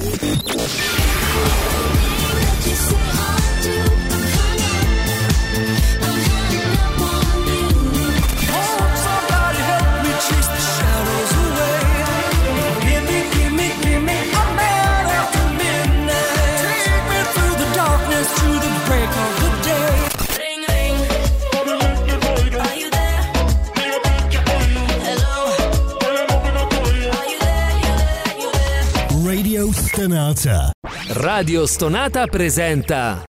Radio Stonata presenta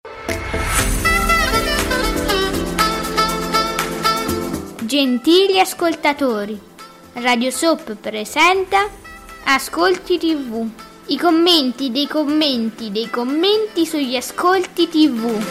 Gentili ascoltatori, Radio Soap presenta Ascolti TV. I commenti dei commenti dei commenti sugli ascolti TV.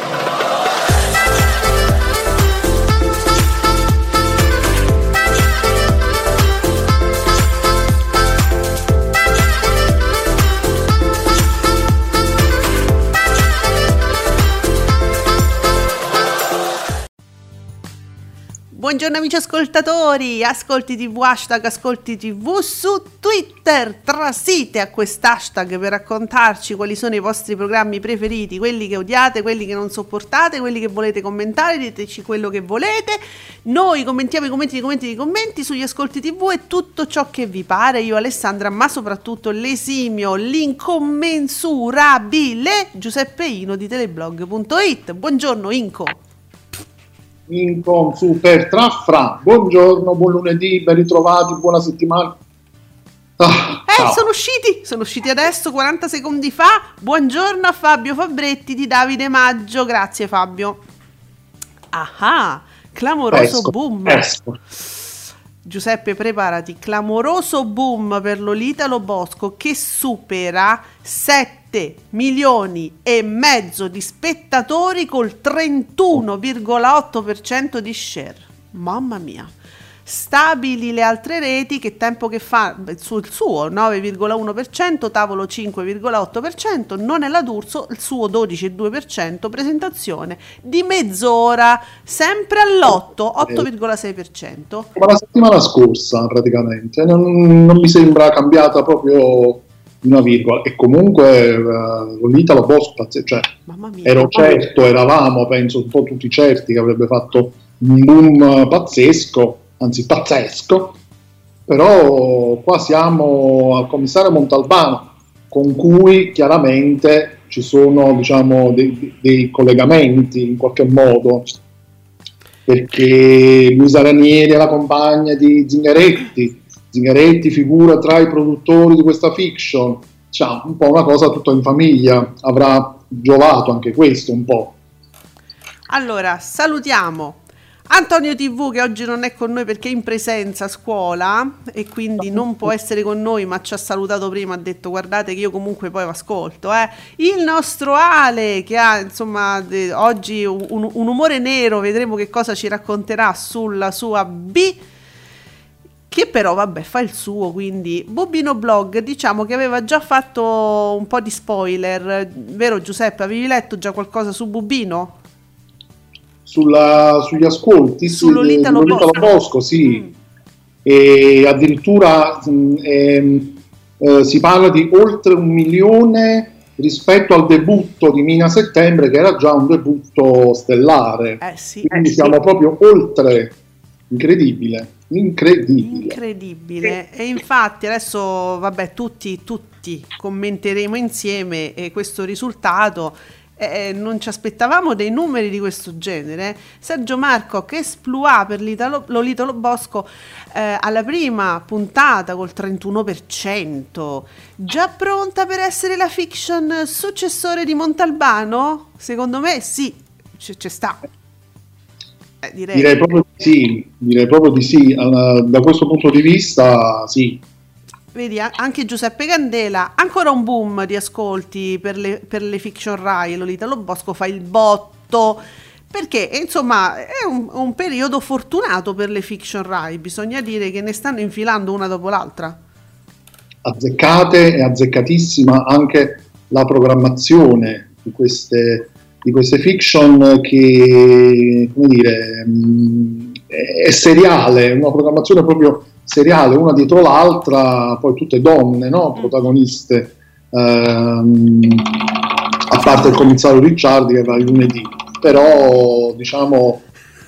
Buongiorno amici ascoltatori, Ascolti TV, hashtag Ascolti TV su Twitter, trasite a quest'hashtag per raccontarci quali sono i vostri programmi preferiti, quelli che odiate, quelli che non sopportate, quelli che volete commentare, diteci quello che volete, noi commentiamo i commenti sugli Ascolti TV e tutto ciò che vi pare, io Alessandra, ma soprattutto l'esimio, l'incommensurabile Giuseppe Ino di teleblog.it. Buongiorno Inco. Incom super trafra, buongiorno, buon lunedì, ben ritrovati, buona settimana. Sono usciti adesso 40 secondi fa. Buongiorno a Fabio Fabretti di Davide Maggio, grazie Fabio. Clamoroso boom. Giuseppe, preparati, clamoroso boom per Lolita Lo Bosco che supera 7,5 milioni di spettatori col 31,8% di share. Mamma mia. Stabili le altre reti, che tempo che fa sul suo 9,1%, Tavolo 5,8%, Non è la D'Urso il suo 12,2%, presentazione di mezz'ora, sempre all'8, 8,6%. Ma la settimana scorsa praticamente, non mi sembra cambiata proprio una virgola, e comunque Lolita Lo Bosco, cioè, mamma mia, eravamo penso un po' tutti certi che avrebbe fatto un boom pazzesco, però qua siamo al commissario Montalbano, con cui chiaramente ci sono, diciamo, dei collegamenti in qualche modo, perché Luisa Ranieri è la compagna di Zingaretti figura tra i produttori di questa fiction, diciamo, un po' una cosa tutta in famiglia, avrà giovato anche questo un po'. Allora, salutiamo Antonio TV, che oggi non è con noi perché è in presenza a scuola e quindi non può essere con noi, ma ci ha salutato prima, ha detto guardate che io comunque poi ascolto. Il nostro Ale, che ha insomma oggi un umore nero, vedremo che cosa ci racconterà sulla sua B, che però vabbè fa il suo, quindi Bubino Blog, diciamo che aveva già fatto un po' di spoiler, vero Giuseppe? Avevi letto già qualcosa su Bubino? Sugli ascolti su Lolita Lo Bosco, sì. E addirittura si parla di oltre 1 milione rispetto al debutto di Mina Settembre, che era già un debutto stellare, quindi siamo proprio oltre. Incredibile. E infatti adesso vabbè tutti commenteremo insieme questo risultato. Non ci aspettavamo dei numeri di questo genere. Sergio Marco che esploit per Lolita Lo Bosco alla prima puntata col 31%, già pronta per essere la fiction successore di Montalbano? Secondo me sì, ci sta. Direi proprio di sì, da questo punto di vista sì. Vedi, anche Giuseppe Candela, ancora un boom di ascolti per le fiction Rai. Lolita Lo Bosco fa il botto, perché insomma è un periodo fortunato per le fiction Rai, bisogna dire che ne stanno infilando una dopo l'altra. Azzeccate e azzeccatissima anche la programmazione di queste fiction, che, come dire, è seriale, una programmazione proprio seriale, una dietro l'altra, poi tutte donne, no? Protagoniste a parte il commissario Ricciardi che va il lunedì, però diciamo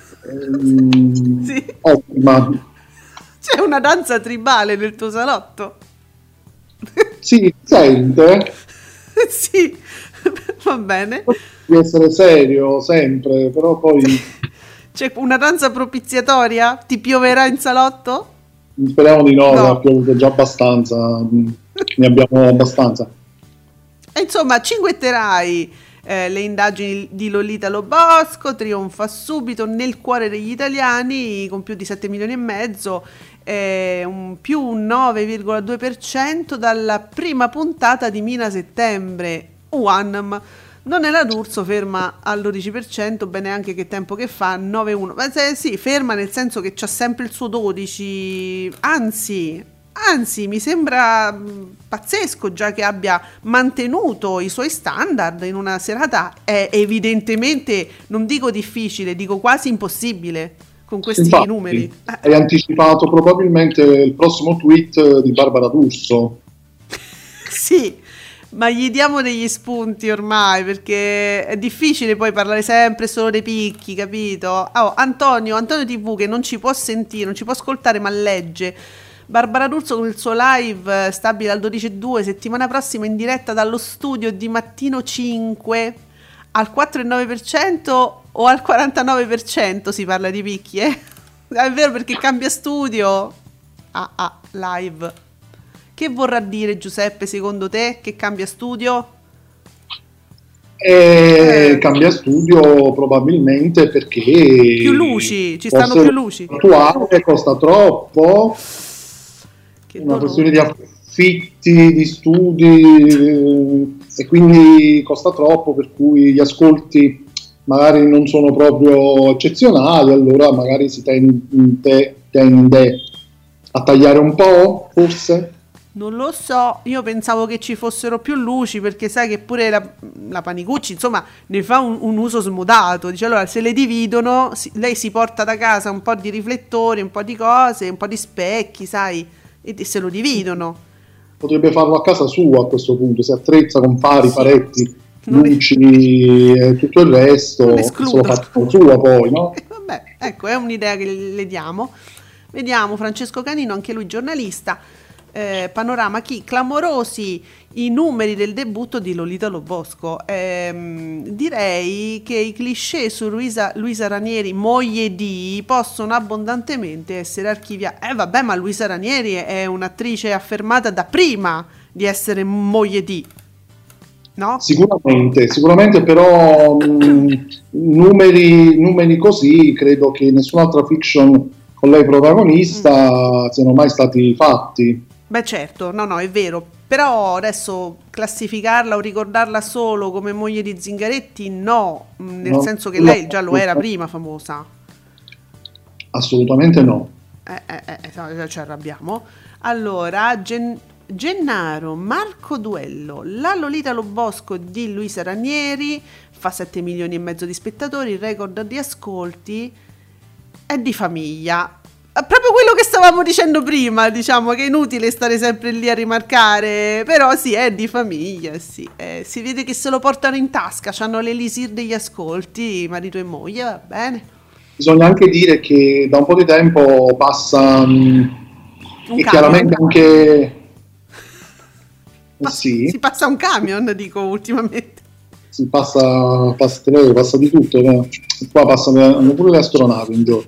Sì. ottima. C'è una danza tribale nel tuo salotto? Si sente Sì, va bene. di essere serio sempre, però poi C'è una danza propiziatoria? Ti pioverà in salotto? speriamo di no, No. ne ha piovuto già abbastanza, ne abbiamo abbastanza. E insomma, cinguetterai le indagini di Lolita Lobosco, trionfa subito nel cuore degli italiani con più di 7 milioni e mezzo, un più un 9,2% dalla prima puntata di Mina Settembre. Uanm. Non è la D'Urso, ferma all'11%, bene anche che tempo che fa, 9,1. Ma sì, ferma nel senso che c'ha sempre il suo 12, anzi, mi sembra pazzesco già che abbia mantenuto i suoi standard in una serata, è evidentemente, non dico difficile, dico quasi impossibile con questi Infatti, numeri. hai anticipato probabilmente il prossimo tweet di Barbara D'Urso. Sì, ma gli diamo degli spunti ormai, perché è difficile poi parlare sempre solo dei picchi, capito? Oh, Antonio TV che non ci può sentire, non ci può ascoltare, ma legge. Barbara D'Urso con il suo live stabile al 12,2 settimana prossima in diretta dallo studio di Mattino 5 al 4,9% o al 49% si parla di picchi, eh? È vero, perché cambia studio. Live. Che vorrà dire, Giuseppe, secondo te, che cambia studio? Cambia studio probabilmente perché Più luci, ci stanno più luci. Attuale costa troppo, Che una dolore. questione di affitti, di studi, e quindi costa troppo, per cui gli ascolti magari non sono proprio eccezionali, allora magari si tende a tagliare un po', forse? Non lo so, io pensavo che ci fossero più luci, perché sai che pure la Panicucci, insomma, ne fa un uso smodato. Dice, allora, se le dividono, lei si porta da casa un po' di riflettori, un po' di cose, un po' di specchi, sai, e se lo dividono. Potrebbe farlo a casa sua a questo punto, si attrezza con fari, Sì. paretti, Non luci e tutto il resto, non se escludo. lo fa a casa sua poi, no? Vabbè, ecco, è un'idea che le diamo. Vediamo, Francesco Canino, anche lui giornalista. Panorama Chi, clamorosi i numeri del debutto di Lolita Lobosco. Direi che i cliché su Luisa Ranieri, moglie di, possono abbondantemente essere archiviati. Vabbè, ma Luisa Ranieri è un'attrice affermata da prima di essere moglie di, no? Sicuramente, però numeri così credo che nessun'altra fiction con lei protagonista siano mai stati fatti. Beh, certo, no, è vero, però adesso classificarla o ricordarla solo come moglie di Zingaretti, no, nel senso che lei già lo era prima famosa. Assolutamente no. Ci arrabbiamo. Allora, Gennaro, Marco Duello, la Lolita Lobosco di Luisa Ranieri fa 7 milioni e mezzo di spettatori, il record di ascolti è di famiglia. Proprio quello che stavamo dicendo prima, diciamo che è inutile stare sempre lì a rimarcare, però sì, è di famiglia, sì. Si vede che se lo portano in tasca, hanno l'elisir degli ascolti, marito e moglie, va bene. Bisogna anche dire che da un po' di tempo passa e chiaramente anche sì, si passa un camion, dico ultimamente. Si passa di tutto, no? Qua passano pure le astronavi indoor.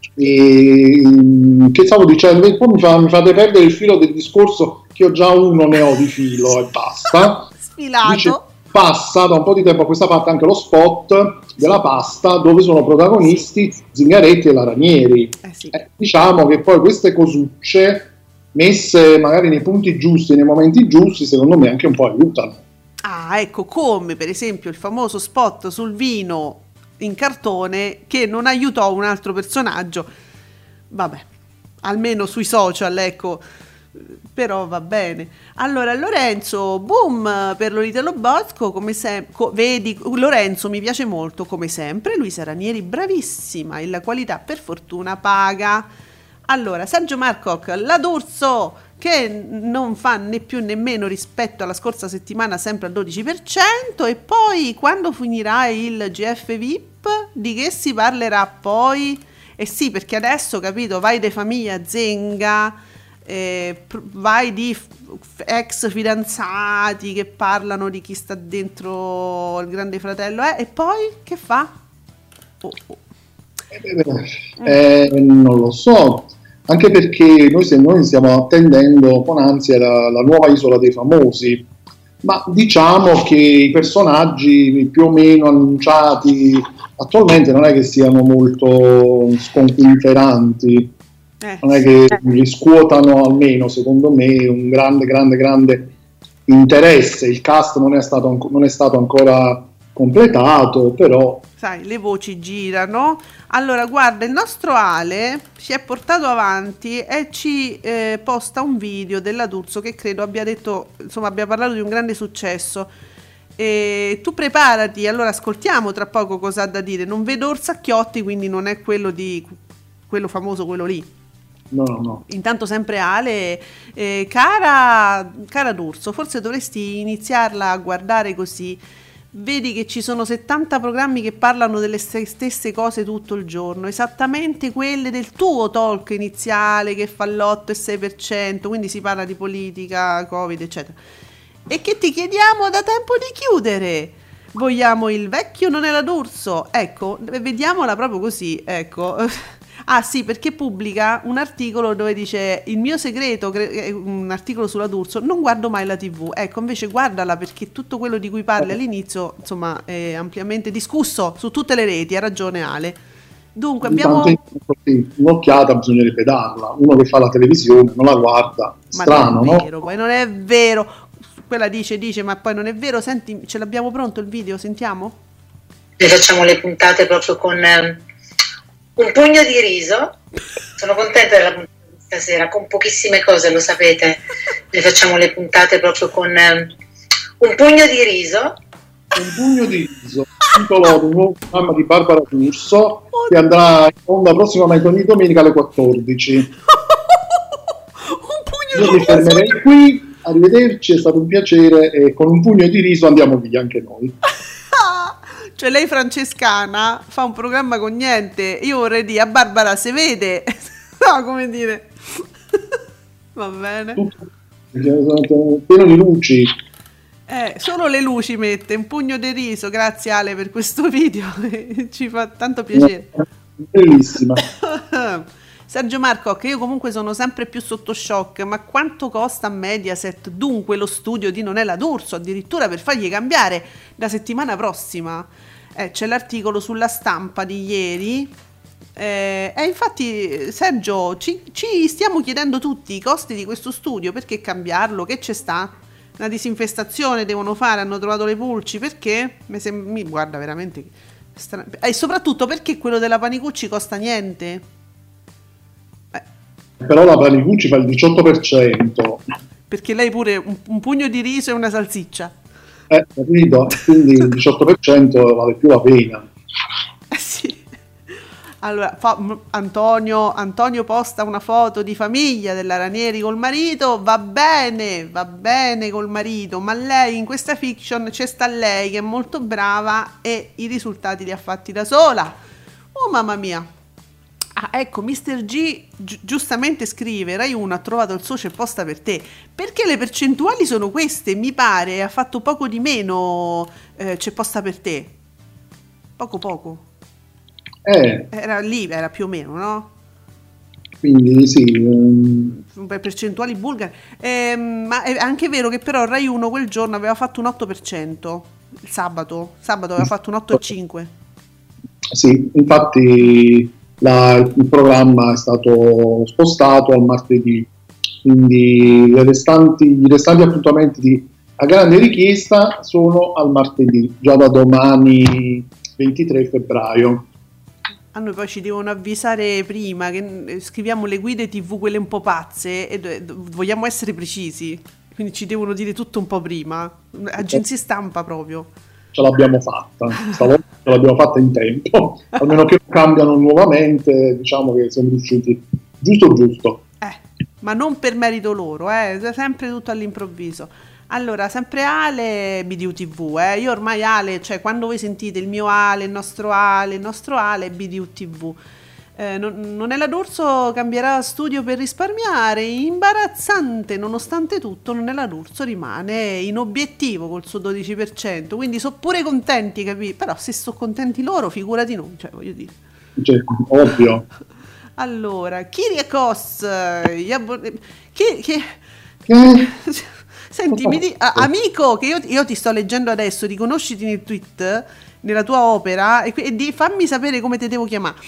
Che stavo dicendo? Poi mi fate perdere il filo del discorso, che io già uno ne ho di filo e basta. Sfilato. Dice, passa da un po' di tempo a questa parte anche lo spot della pasta dove sono protagonisti Zingaretti e la Ranieri. Sì. Diciamo che poi queste cosucce messe magari nei punti giusti, nei momenti giusti, secondo me anche un po' aiutano. Ecco, come per esempio il famoso spot sul vino in cartone che non aiutò un altro personaggio. Vabbè, almeno sui social, ecco, però va bene. Allora, Lorenzo, boom per Lolita Lobosco, come sempre. Vedi, Lorenzo mi piace molto, come sempre. Luisa Ranieri, bravissima, e la qualità per fortuna paga. Allora, Sergio Marcoc, la D'Urso, che non fa né più né meno rispetto alla scorsa settimana, sempre al 12%. E poi quando finirà il GF VIP, di che si parlerà poi? Sì, perché adesso, capito, vai di famiglia Zenga, vai di ex fidanzati che parlano di chi sta dentro il Grande Fratello, e poi che fa? Non lo so, anche perché noi stiamo attendendo con ansia la nuova Isola dei Famosi, ma diciamo che i personaggi più o meno annunciati attualmente non è che siano molto sconquinteranti, non è che riscuotano, almeno secondo me, un grande interesse. Il cast non è stato ancora completato, però sai, le voci girano. Allora, guarda, il nostro Ale si è portato avanti e ci posta un video della D'Urso che credo abbia detto, insomma, abbia parlato di un grande successo. E tu preparati, allora ascoltiamo tra poco cosa ha da dire. Non vedo Orsacchiotti, quindi non è quello famoso, quello lì. No. Intanto sempre Ale, cara D'Urso, forse dovresti iniziarla a guardare così. Vedi che ci sono 70 programmi che parlano delle stesse cose tutto il giorno, esattamente quelle del tuo talk iniziale che fa l'8 e 6%, quindi si parla di politica, Covid, eccetera. E che ti chiediamo da tempo di chiudere. Vogliamo il vecchio non è la D'Urso? Ecco, vediamola proprio così, ecco. Ah sì, perché pubblica un articolo dove dice il mio segreto, un articolo sulla D'Urso, non guardo mai la TV. Ecco, invece guardala, perché tutto quello di cui parli all'inizio, insomma, è ampiamente discusso su tutte le reti, ha ragione Ale. Dunque abbiamo... Un'occhiata bisognerebbe darla, uno che fa la televisione non la guarda, strano, non è vero, no? Poi non è vero, quella dice, ma poi non è vero. Senti, ce l'abbiamo pronto il video, sentiamo? Noi facciamo le puntate proprio con... un pugno di riso. Sono contenta della puntata di stasera, con pochissime cose, lo sapete. Ne facciamo le puntate proprio con un pugno di riso. Un pugno di riso, titolo di un nuovo programma di Barbara D'Urso che andrà in onda prossimamente ogni domenica alle 14. Un pugno Io mi fermerei qui, arrivederci, è stato un piacere e con un pugno di riso andiamo via anche noi. Cioè lei francescana fa un programma con niente. Io vorrei dire a Barbara, se vede, no, come dire. Va bene. Pieno di luci. Solo le luci mette. Un pugno di riso. Grazie Ale per questo video. Ci fa tanto piacere. Bellissima. Sergio Marco, che io comunque sono sempre più sotto shock, ma quanto costa Mediaset dunque lo studio di Non è la D'Urso, addirittura per fargli cambiare la settimana prossima? C'è l'articolo sulla Stampa di ieri, e infatti Sergio ci stiamo chiedendo tutti i costi di questo studio, perché cambiarlo, che c'è sta? Una disinfestazione devono fare, hanno trovato le pulci, perché? Mi guarda veramente e soprattutto perché quello della Panicucci costa niente. Però la Panicucci fa il 18%. Perché lei pure un pugno di riso e una salsiccia. Capito? Quindi il 18% vale più la pena. Sì. Allora, Antonio posta una foto di famiglia della Ranieri col marito, va bene col marito, ma lei in questa fiction c'è sta lei che è molto brava e i risultati li ha fatti da sola. Oh mamma mia. Ah, ecco, Mr. G giustamente scrive, Rai 1 ha trovato il socio apposta per te, perché le percentuali sono queste, mi pare, ha fatto poco di meno, c'è posta per te. Poco. Era lì, era più o meno, no? Quindi sì. Percentuali bulgare. Ma è anche vero che però Rai 1 quel giorno aveva fatto un 8%, il sabato aveva fatto un 8,5%. Sì, infatti... il programma è stato spostato al martedì, quindi i restanti appuntamenti a grande richiesta sono al martedì, già da domani 23 febbraio. A noi poi ci devono avvisare prima, che scriviamo le guide TV, quelle un po' pazze, e vogliamo essere precisi, quindi ci devono dire tutto un po' prima, agenzie stampa proprio. Ce l'abbiamo fatta, stavolta ce l'abbiamo fatta in tempo, almeno che cambiano nuovamente, diciamo che siamo riusciti giusto. ma non per merito loro, sempre tutto all'improvviso. Allora, sempre Ale, BDU-TV, io ormai Ale, cioè quando voi sentite il mio Ale, il nostro Ale, BDU-TV. Nonella D'Urso cambierà studio per risparmiare, imbarazzante, nonostante tutto Nonella D'Urso rimane in obiettivo col suo 12%, quindi sono pure contenti, capì? Però se sono contenti loro, figurati noi, cioè voglio dire. Cioè, ovvio. Allora, Kyriakos, senti, amico, che io ti sto leggendo adesso, riconosciti nel tweet, nella tua opera, e fammi sapere come ti devo chiamare.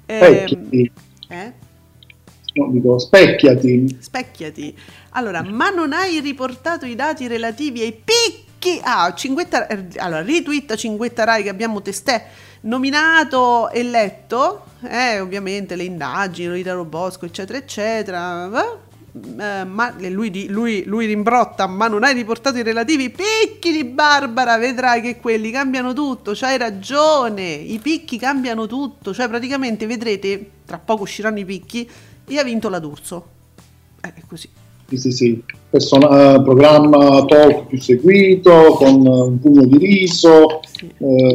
No, dico, specchiati. Allora, ma non hai riportato i dati relativi ai picchi? Allora, retweet Cinguetta Rai che abbiamo testè nominato e letto, ovviamente le indagini, Lolita Bosco, eccetera, eccetera. Ma lui rimbrotta, ma non hai riportato i relativi picchi di Barbara, vedrai che quelli cambiano tutto, c'hai ragione, i picchi cambiano tutto, cioè praticamente vedrete, tra poco usciranno i picchi, e ha vinto la D'Urso, è così. Sì. Programma talk più seguito, con un pugno di riso, sì.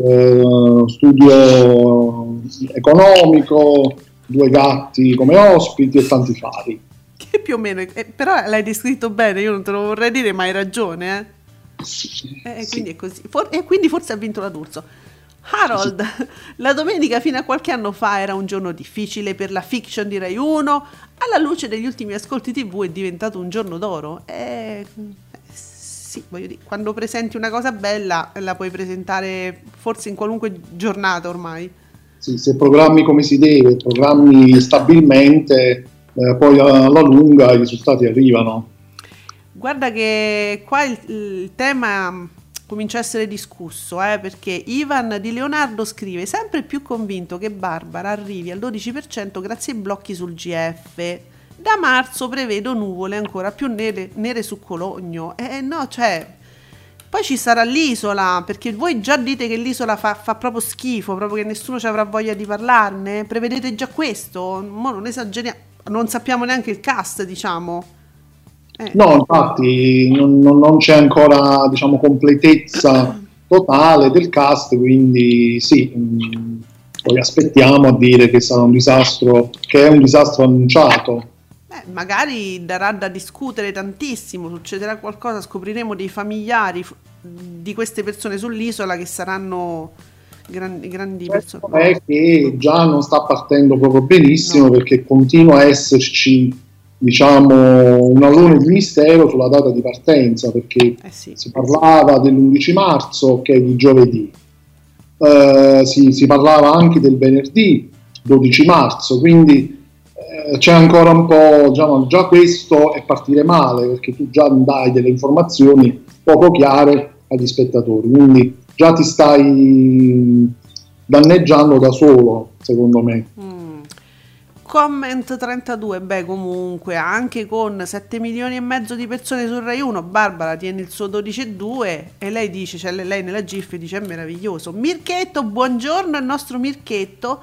Studio economico, 2 gatti come ospiti e tanti fari. Che più o meno, però l'hai descritto bene, io non te lo vorrei dire, ma hai ragione, Sì. Quindi è così, e quindi forse ha vinto la D'Urso. Harold, sì. La domenica fino a qualche anno fa era un giorno difficile per la fiction di Rai 1, alla luce degli ultimi ascolti TV è diventato un giorno d'oro. Sì, voglio dire, quando presenti una cosa bella la puoi presentare forse in qualunque giornata ormai. Sì, se programmi come si deve, programmi stabilmente, poi alla lunga i risultati arrivano. Guarda che qua il tema comincia a essere discusso, perché Ivan Di Leonardo scrive: sempre più convinto che Barbara arrivi al 12% grazie ai blocchi sul GF. Da marzo prevedo nuvole ancora più nere su Cologno. No, cioè, poi ci sarà l'isola, perché voi già dite che l'isola fa proprio schifo, proprio che nessuno ci avrà voglia di parlarne. Prevedete già questo? Mo non esageriamo, non sappiamo neanche il cast, diciamo. No, infatti non c'è ancora, diciamo, completezza totale del cast, quindi sì, poi aspettiamo a dire che sarà un disastro, che è un disastro annunciato. Magari darà da discutere tantissimo, succederà qualcosa, scopriremo dei familiari di queste persone sull'isola che saranno grandi persone. È che già non sta partendo proprio benissimo, perché continua a esserci, diciamo, un alone di mistero sulla data di partenza, perché si parlava dell'11 marzo, che è di giovedì, si parlava anche del venerdì 12 marzo, quindi c'è ancora un po', diciamo, già questo è partire male, perché tu già dai delle informazioni poco chiare agli spettatori, quindi già ti stai danneggiando da solo, secondo me. Comment 32, comunque anche con 7 milioni e mezzo di persone su Rai 1 Barbara tiene il suo 12,2 e lei dice, cioè lei nella GIF dice: è meraviglioso. Mirchetto, buongiorno al nostro Mirchetto,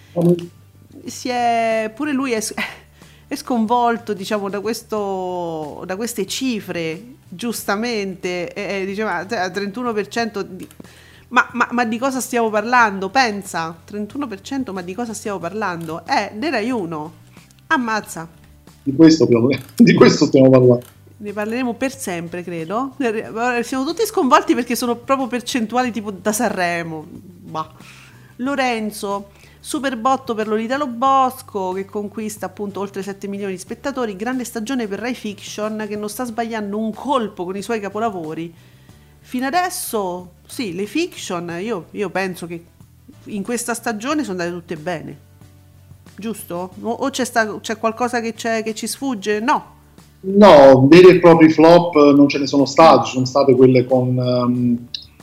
pure lui è sconvolto, diciamo, da queste cifre, giustamente, diceva 31%. Ma di cosa stiamo parlando? Pensa, 31%, ma di cosa stiamo parlando? Ne Rai 1, ammazza. Di questo stiamo parlando. Ne parleremo per sempre, credo. Siamo tutti sconvolti perché sono proprio percentuali tipo da Sanremo. Lorenzo, super botto per Lolita Bosco, che conquista appunto oltre 7 milioni di spettatori. Grande stagione per Rai Fiction, che non sta sbagliando un colpo con i suoi capolavori. Fino adesso, sì, le fiction, io penso che in questa stagione sono andate tutte bene, giusto? O c'è qualcosa che ci sfugge? No, veri e propri flop non ce ne sono stati, ci sono state quelle con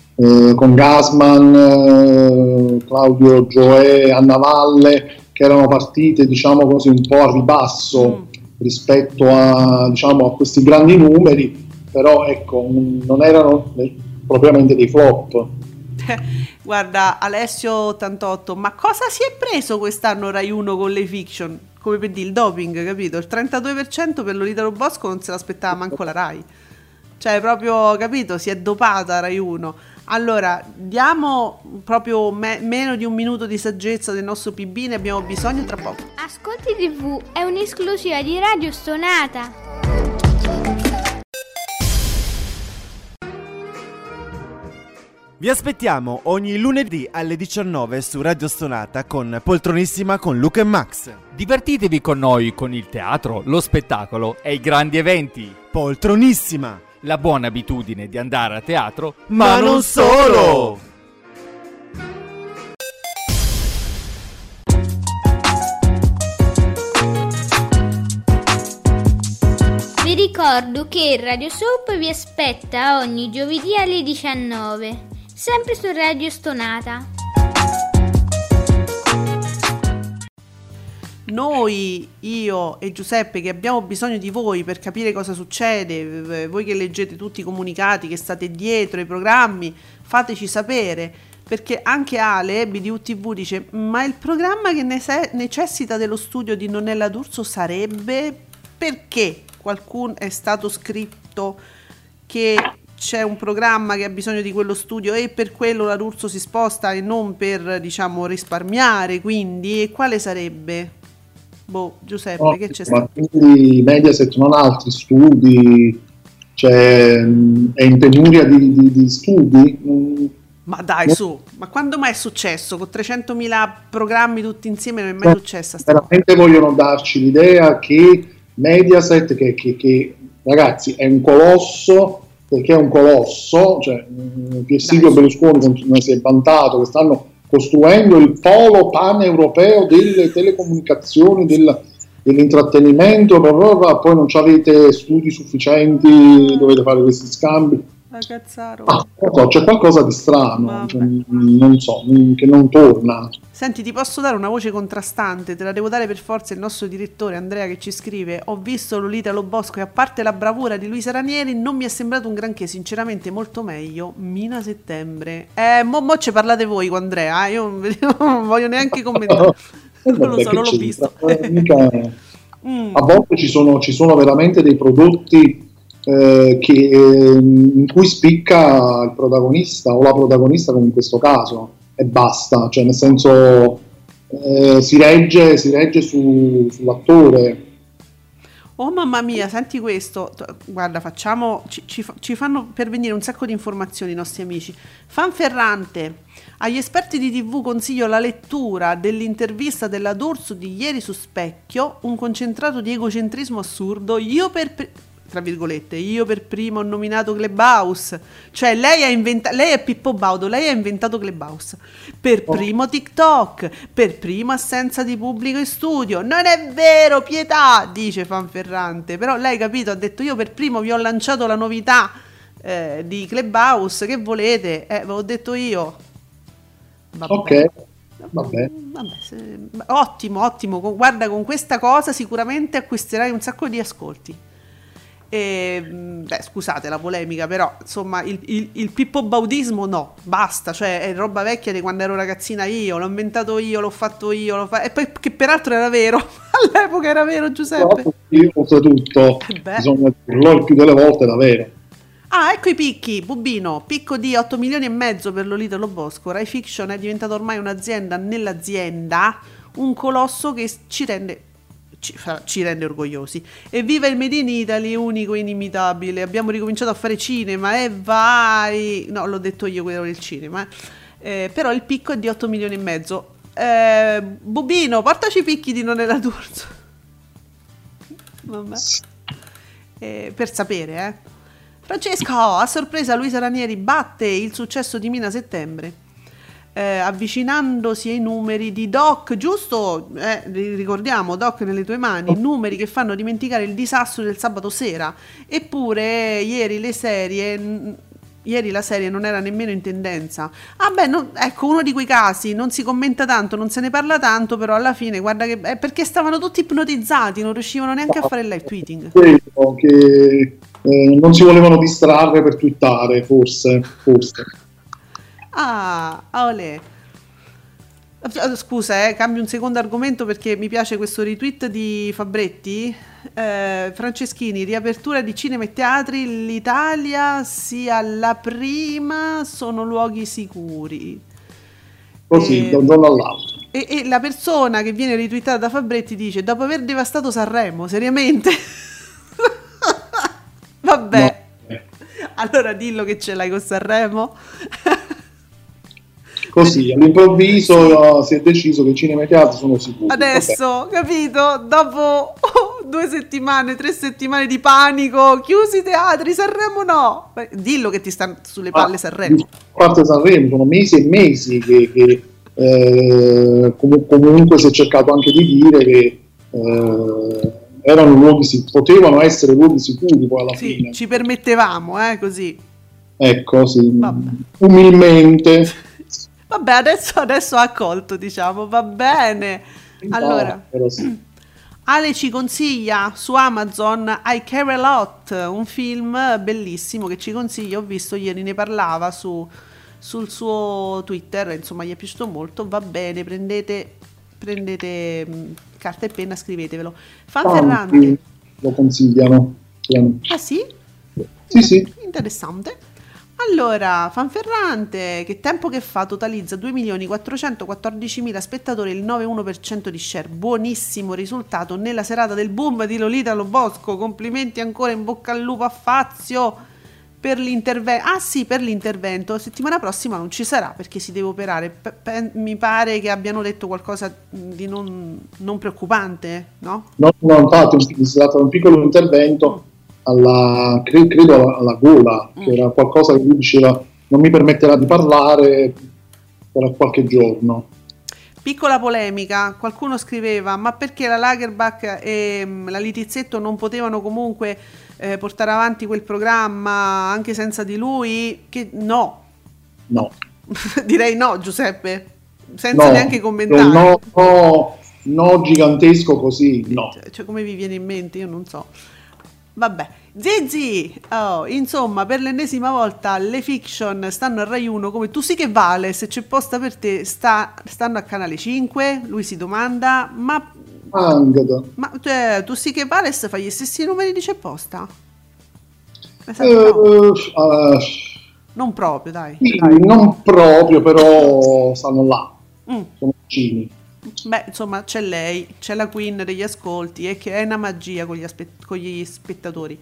Gassman, Claudio Gioè, Anna Valle, che erano partite, diciamo così, un po' a ribasso rispetto a, diciamo, a questi grandi numeri. Però ecco, non erano propriamente dei flop. Guarda, Alessio 88, ma cosa si è preso quest'anno Rai 1 con le fiction? come per dire il doping, capito? Il 32% per Lolita Lo Bosco non se l'aspettava manco la Rai. Cioè, proprio, capito? Si è dopata Rai 1. Allora, diamo proprio meno di un minuto di saggezza del nostro PB, ne abbiamo bisogno tra poco. Ascolti TV è un'esclusiva di Radio Stonata. Vi aspettiamo ogni lunedì alle 19 su Radio Stonata con Poltronissima con Luca e Max. Divertitevi con noi con il teatro, lo spettacolo e i grandi eventi. Poltronissima! La buona abitudine di andare a teatro, Ma non solo! Vi ricordo che Radio Soap vi aspetta ogni giovedì alle 19, sempre su Radio Stonata. Noi, io e Giuseppe, che abbiamo bisogno di voi per capire cosa succede, voi che leggete tutti i comunicati, che state dietro ai programmi, fateci sapere, perché anche Ale, BDU TV, dice: ma il programma che necessita dello studio di Nonnella D'Urso sarebbe... Perché qualcuno è stato scritto che c'è un programma che ha bisogno di quello studio e per quello la D'Urso si sposta e non per, diciamo, risparmiare, quindi, e quale sarebbe? Boh, Giuseppe, no, che c'è ma stato? quindi Mediaset non ha altri studi, cioè è in penuria di studi? Ma dai, su, ma quando mai è successo? Con 300.000 programmi tutti insieme non è mai successa sta cosa. Veramente vogliono darci l'idea che Mediaset, che ragazzi è un colosso, perché è un colosso, cioè Silvio Berlusconi si è vantato che stanno costruendo il polo paneuropeo delle telecomunicazioni, dell'intrattenimento, poi non avete studi sufficienti, dovete fare questi scambi. Cazzaro. C'è qualcosa di strano, cioè, non so, che non torna. Senti, ti posso dare una voce contrastante, te la devo dare per forza il nostro direttore Andrea, che ci scrive: ho visto Lolita Lo Bosco e a parte la bravura di Luisa Ranieri non mi è sembrato un granché, sinceramente molto meglio Mina Settembre. Mo ci parlate voi con Andrea, io non voglio neanche commentare. Non lo so, non l'ho visto. A volte ci sono veramente dei prodotti in cui spicca il protagonista o la protagonista, come in questo caso, e basta, cioè nel senso si regge sull'attore. Oh mamma mia, senti questo, guarda, ci fanno pervenire un sacco di informazioni i nostri amici. Fanferrante: agli esperti di TV consiglio la lettura dell'intervista della D'Urso di ieri su Specchio, un concentrato di egocentrismo assurdo. Tra virgolette, io per primo ho nominato Clubhouse, cioè lei è Pippo Baudo, lei ha inventato Clubhouse, per primo TikTok, per primo assenza di pubblico in studio. Non è vero, pietà, dice Fanferrante, però lei, capito, ha detto: io per primo vi ho lanciato la novità di Clubhouse, che volete? Ve l'ho detto io. Vabbè. Ok, vabbè. Ottimo, guarda, con questa cosa sicuramente acquisterai un sacco di ascolti. Scusate la polemica, però insomma il Pippo Baudismo no, basta, cioè è roba vecchia di quando ero ragazzina io, l'ho inventato io, l'ho fatto io, e poi che peraltro era vero, all'epoca era vero, Giuseppe. Io oltretutto, bisogna dirlo, il più delle volte era vero. Ah, ecco i picchi, Bubino, picco di 8 milioni e mezzo per Lolita Lo Bosco. Rai Fiction è diventata ormai un'azienda nell'azienda, un colosso che ci rende orgogliosi. Evviva il Made in Italy, unico e inimitabile. Abbiamo ricominciato a fare cinema e vai. No, l'ho detto io, quello del cinema. Però il picco è di 8 milioni e mezzo. Bubino, portaci i picchi di Nonnella D'Urso. Vabbè. Per sapere, Francesco, a sorpresa Luisa Ranieri batte il successo di Mina Settembre. Avvicinandosi ai numeri di Doc, giusto? Ricordiamo Doc nelle tue mani, numeri che fanno dimenticare il disastro del sabato sera. Eppure ieri la serie non era nemmeno in tendenza. Ecco, uno di quei casi, non si commenta tanto, non se ne parla tanto, però alla fine guarda che perché stavano tutti ipnotizzati, non riuscivano neanche a fare il live tweeting. Credo che non si volevano distrarre per twittare, forse. Ah, olè. Scusa, cambio un secondo argomento perché mi piace questo retweet di Fabretti. Franceschini, riapertura di cinema e teatri, l'Italia sia la prima, sono luoghi sicuri. Così, da un giorno all'altro. E la persona che viene ritweetata da Fabretti dice: dopo aver devastato Sanremo, seriamente? Vabbè, No. allora dillo che ce l'hai con Sanremo. Così, all'improvviso si è deciso che cinema e teatro sono sicuri. Adesso, capito? Dopo 2 settimane, 3 settimane di panico, chiusi i teatri, Sanremo no. Dillo che ti sta sulle palle Sanremo. A parte Sanremo, sono mesi e mesi che comunque si è cercato anche di dire che erano luoghi potevano essere luoghi sicuri poi alla fine. Ci permettevamo, così. Ecco, sì, Vabbè. umilmente. Vabbè, adesso ha accolto, diciamo, va bene. Allora, Però sì. Ale ci consiglia su Amazon I Care a Lot, un film bellissimo che ci consiglia, ho visto ieri, ne parlava sul suo Twitter, insomma gli è piaciuto molto, va bene, prendete carta e penna, scrivetevelo. Fanferrante Lo consigliano. Ah sì? Sì. Interessante. Allora, Fanferrante, che tempo che fa, totalizza 2.414.000 spettatori, il 9,1% di share, buonissimo risultato nella serata del boom di Lolita Lo Bosco, complimenti ancora, in bocca al lupo a Fazio per l'intervento. Ah sì, per l'intervento, settimana prossima non ci sarà perché si deve operare, mi pare che abbiano detto qualcosa di non preoccupante, no? No, infatti si tratta di un piccolo intervento credo alla gola, che era qualcosa che lui diceva non mi permetterà di parlare per qualche giorno. Piccola polemica, qualcuno scriveva: ma perché la Lagerbach e la Litizzetto non potevano comunque portare avanti quel programma anche senza di lui? Che no. Direi no, Giuseppe, senza neanche commentare. No, gigantesco così, no. Cioè, come vi viene in mente? Io non so. Vabbè, Zizi, insomma, per l'ennesima volta le fiction stanno a Rai 1, come tu sì che vale, se c'è posta per te stanno a Canale 5, lui si domanda, ma tu sì che vale se fai gli stessi numeri di c'è posta? Non proprio, dai. Non proprio, però stanno là, sono vicini. Beh, insomma, c'è lei, c'è la queen degli ascolti e che è una magia con gli spettatori.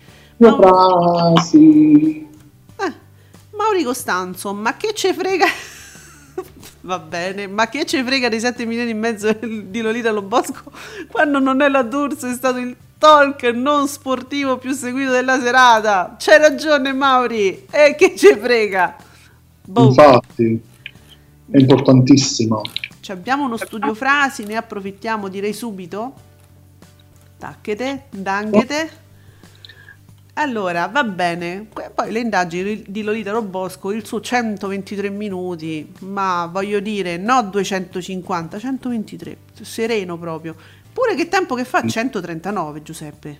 Sì. Mauri Costanzo, ma che ce frega? Va bene, ma che ce frega dei 7 milioni e mezzo di Lolita Lo Bosco quando non è la D'Urso, è stato il talk non sportivo più seguito della serata. C'hai ragione, Mauri, e che ce frega? Infatti, è importantissimo. Abbiamo uno studio frasi, ne approfittiamo, direi subito. Tacchete, danghete. Allora, va bene. Poi le indagini di Lolita Lo Bosco, il suo 123 minuti, ma voglio dire, no 250, 123, sereno proprio. Pure che tempo che fa? 139, Giuseppe.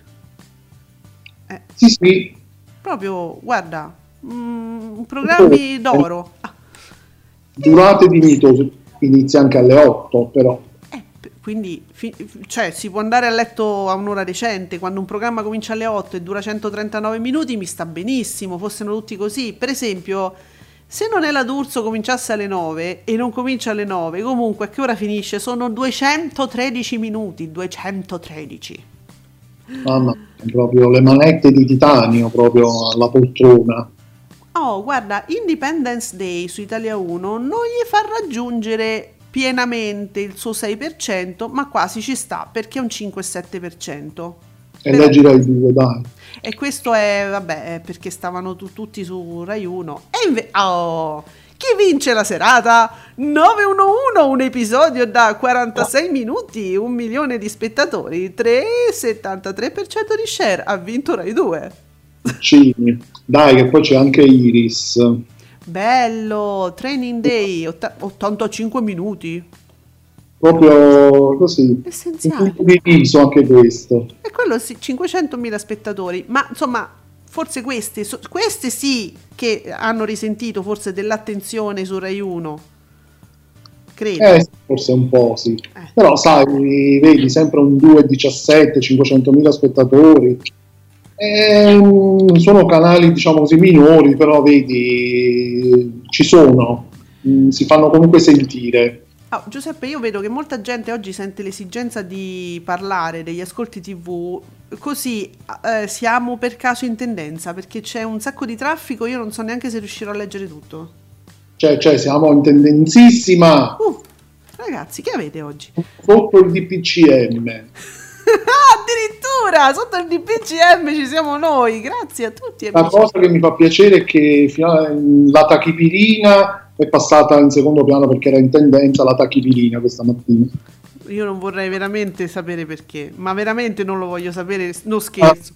Sì. Proprio, guarda, programmi d'oro. Durate dignitose. Inizia anche alle 8, però. Quindi cioè, si può andare a letto a un'ora decente. Quando un programma comincia alle 8 e dura 139 minuti mi sta benissimo, fossero tutti così. Per esempio, se non è la D'Urso cominciasse alle 9 e non comincia alle 9, comunque a che ora finisce? Sono 213 minuti, 213. Mamma, proprio le manette di titanio proprio alla poltrona. Oh, guarda, Independence Day su Italia 1 non gli fa raggiungere pienamente il suo 6%, ma quasi ci sta, perché è un 5-7%. E leggi Rai 2, dai. E questo è perché stavano tutti su Rai 1. E chi vince la serata? 911, un episodio da 46 minuti, 1 milione di spettatori, 3,73% di share, ha vinto Rai 2. Dai, che poi c'è anche Iris. Bello, Training Day, 85 minuti. Proprio così. Essenziale. Un diviso anche questo. E quello sì, 500.000 spettatori. Ma insomma, forse queste sì che hanno risentito forse dell'attenzione su Rai 1. credo. Forse un po', sì. Però sai, vedi sempre un 2,17, 500.000 spettatori. Sono canali, diciamo così, minori, però vedi, ci sono, si fanno comunque sentire. Giuseppe, io vedo che molta gente oggi sente l'esigenza di parlare degli ascolti TV, così siamo per caso in tendenza, perché c'è un sacco di traffico, io non so neanche se riuscirò a leggere tutto. Cioè siamo in tendenzissima. Ragazzi, che avete oggi? Sotto il DPCM. Addirittura sotto il DPCM ci siamo noi, grazie a tutti. La cosa che mi fa piacere è che la tachipirina è passata in secondo piano perché era in tendenza la tachipirina questa mattina. Io non vorrei veramente sapere perché, ma veramente non lo voglio sapere, non scherzo.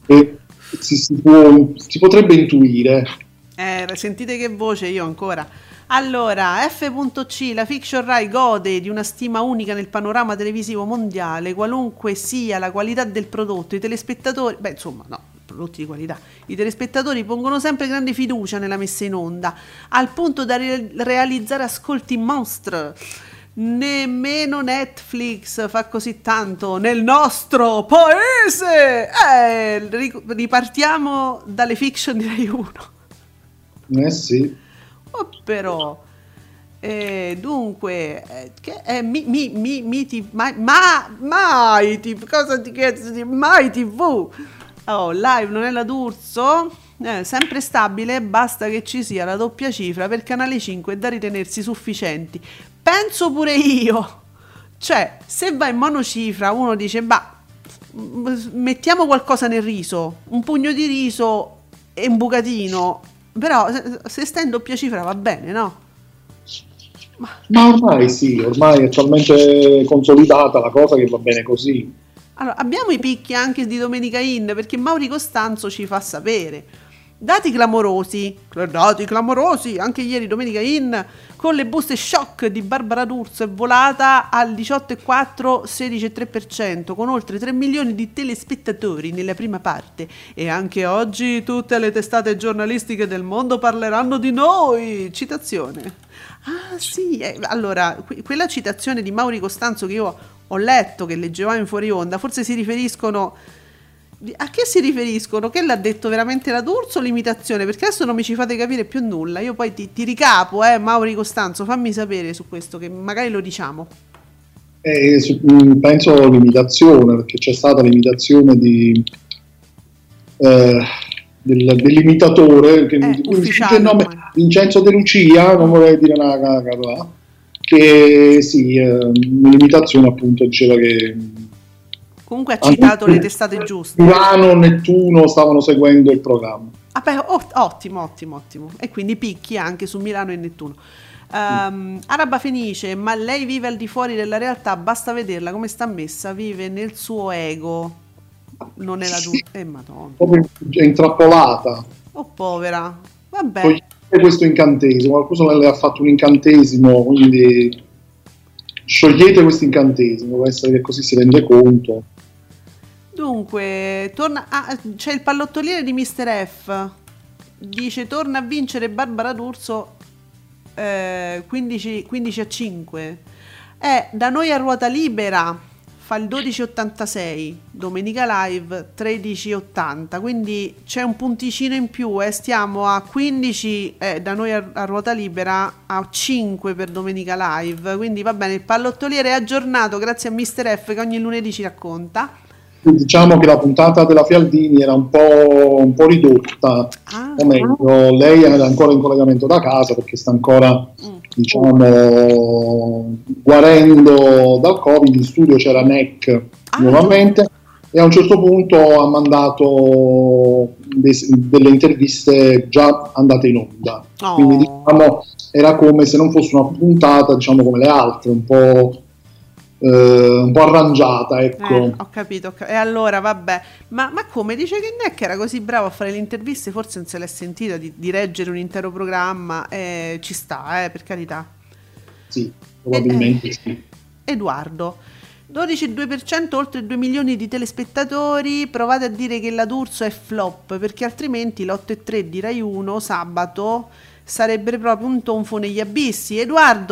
Si potrebbe intuire. Sentite che voce io ancora. Allora, F.C, la Fiction Rai gode di una stima unica nel panorama televisivo mondiale, qualunque sia la qualità del prodotto, i telespettatori, prodotti di qualità, i telespettatori pongono sempre grande fiducia nella messa in onda, al punto da realizzare ascolti monstre. Nemmeno Netflix fa così tanto nel nostro paese. Ripartiamo dalle fiction di Rai 1. Sì. Però dunque Mai TV live non è la D'Urso, sempre stabile, basta che ci sia la doppia cifra per Canale 5 da ritenersi sufficienti. Penso pure io, cioè se va in monocifra uno dice mettiamo qualcosa nel riso, un pugno di riso e un bucatino. Però se sta in doppia cifra va bene, no? Ma ormai sì, ormai è talmente consolidata la cosa che va bene così. Allora, abbiamo i picchi anche di Domenica In, perché Mauri Costanzo ci fa sapere. Dati clamorosi, anche ieri Domenica In, con le buste shock di Barbara D'Urso è volata al 18,4, 16,3%, con oltre 3 milioni di telespettatori nella prima parte. E anche oggi tutte le testate giornalistiche del mondo parleranno di noi. Citazione. Sì, allora, quella citazione di Mauri Costanzo che io ho letto, che leggevamo in fuori onda, forse si riferiscono... A che si riferiscono? Che l'ha detto veramente la D'Urso o l'imitazione? Perché adesso non mi ci fate capire più nulla. Io poi ti ricapo, Mauri Costanzo, fammi sapere su questo, che magari lo diciamo. Penso l'imitazione, perché c'è stata l'imitazione dell'imitatore che ufficiale, nome, Vincenzo De Lucia, non vorrei dire una cosa, che sì, l'imitazione appunto diceva che comunque ha citato le testate giuste. Urano, Nettuno stavano seguendo il programma. Ottimo. E quindi picchi anche su Milano e Nettuno. Araba Fenice, ma lei vive al di fuori della realtà, basta vederla come sta messa, vive nel suo ego. Non è la Madonna. È intrappolata. Oh, povera. Vabbè. Togliete questo incantesimo, qualcuno le ha fatto un incantesimo, quindi sciogliete questo incantesimo, può essere che così si rende conto. Dunque, c'è il pallottoliere di Mr. F. Dice torna a vincere Barbara D'Urso 15-5. Da noi a ruota libera fa il 12,86, Domenica Live 13,80, quindi c'è un punticino in più, stiamo a 15 da noi a ruota libera, a 5 per Domenica Live, quindi va bene, il pallottoliere è aggiornato grazie a Mr. F che ogni lunedì ci racconta. Diciamo che la puntata della Fialdini era un po' ridotta, o meglio, lei era ancora in collegamento da casa perché sta ancora diciamo guarendo dal Covid. In studio c'era NEC nuovamente e a un certo punto ha mandato delle interviste già andate in onda, quindi diciamo era come se non fosse una puntata diciamo come le altre, un po' arrangiata, ecco. Ho capito. E allora vabbè, ma come dice che NEC era così bravo a fare le interviste, forse non se l'è sentita di reggere un intero programma, ci sta, per carità. Sì, probabilmente sì. Edoardo, 12,2%, oltre 2 milioni di telespettatori, provate a dire che la D'Urso è flop, perché altrimenti l'8,3 di Rai 1 sabato sarebbe proprio un tonfo negli abissi. Edoardo,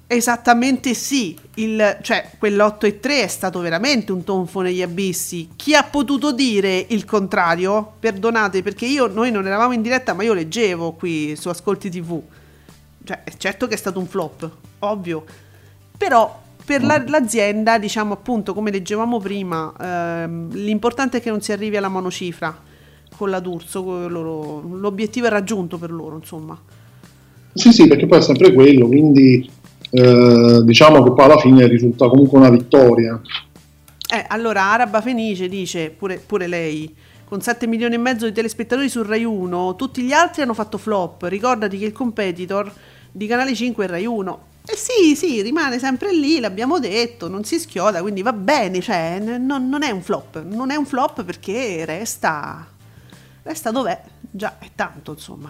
Esattamente sì, cioè quell'8-3 è stato veramente un tonfo negli abissi. Chi ha potuto dire il contrario? Perdonate, perché noi non eravamo in diretta, ma io leggevo qui su Ascolti TV. Cioè, è certo che è stato un flop, ovvio. Però per l'azienda, diciamo appunto, come leggevamo prima, l'importante è che non si arrivi alla monocifra con la D'Urso, l'obiettivo è raggiunto per loro, insomma. Sì, perché poi è sempre quello, quindi diciamo che poi alla fine risulta comunque una vittoria. Allora Araba Fenice dice, pure lei, con 7 milioni e mezzo di telespettatori su Rai 1, tutti gli altri hanno fatto flop, ricordati che il competitor di Canale 5 è Rai 1. Sì, rimane sempre lì, l'abbiamo detto, non si schioda, quindi va bene, cioè non è un flop perché resta dov'è, già è tanto, insomma.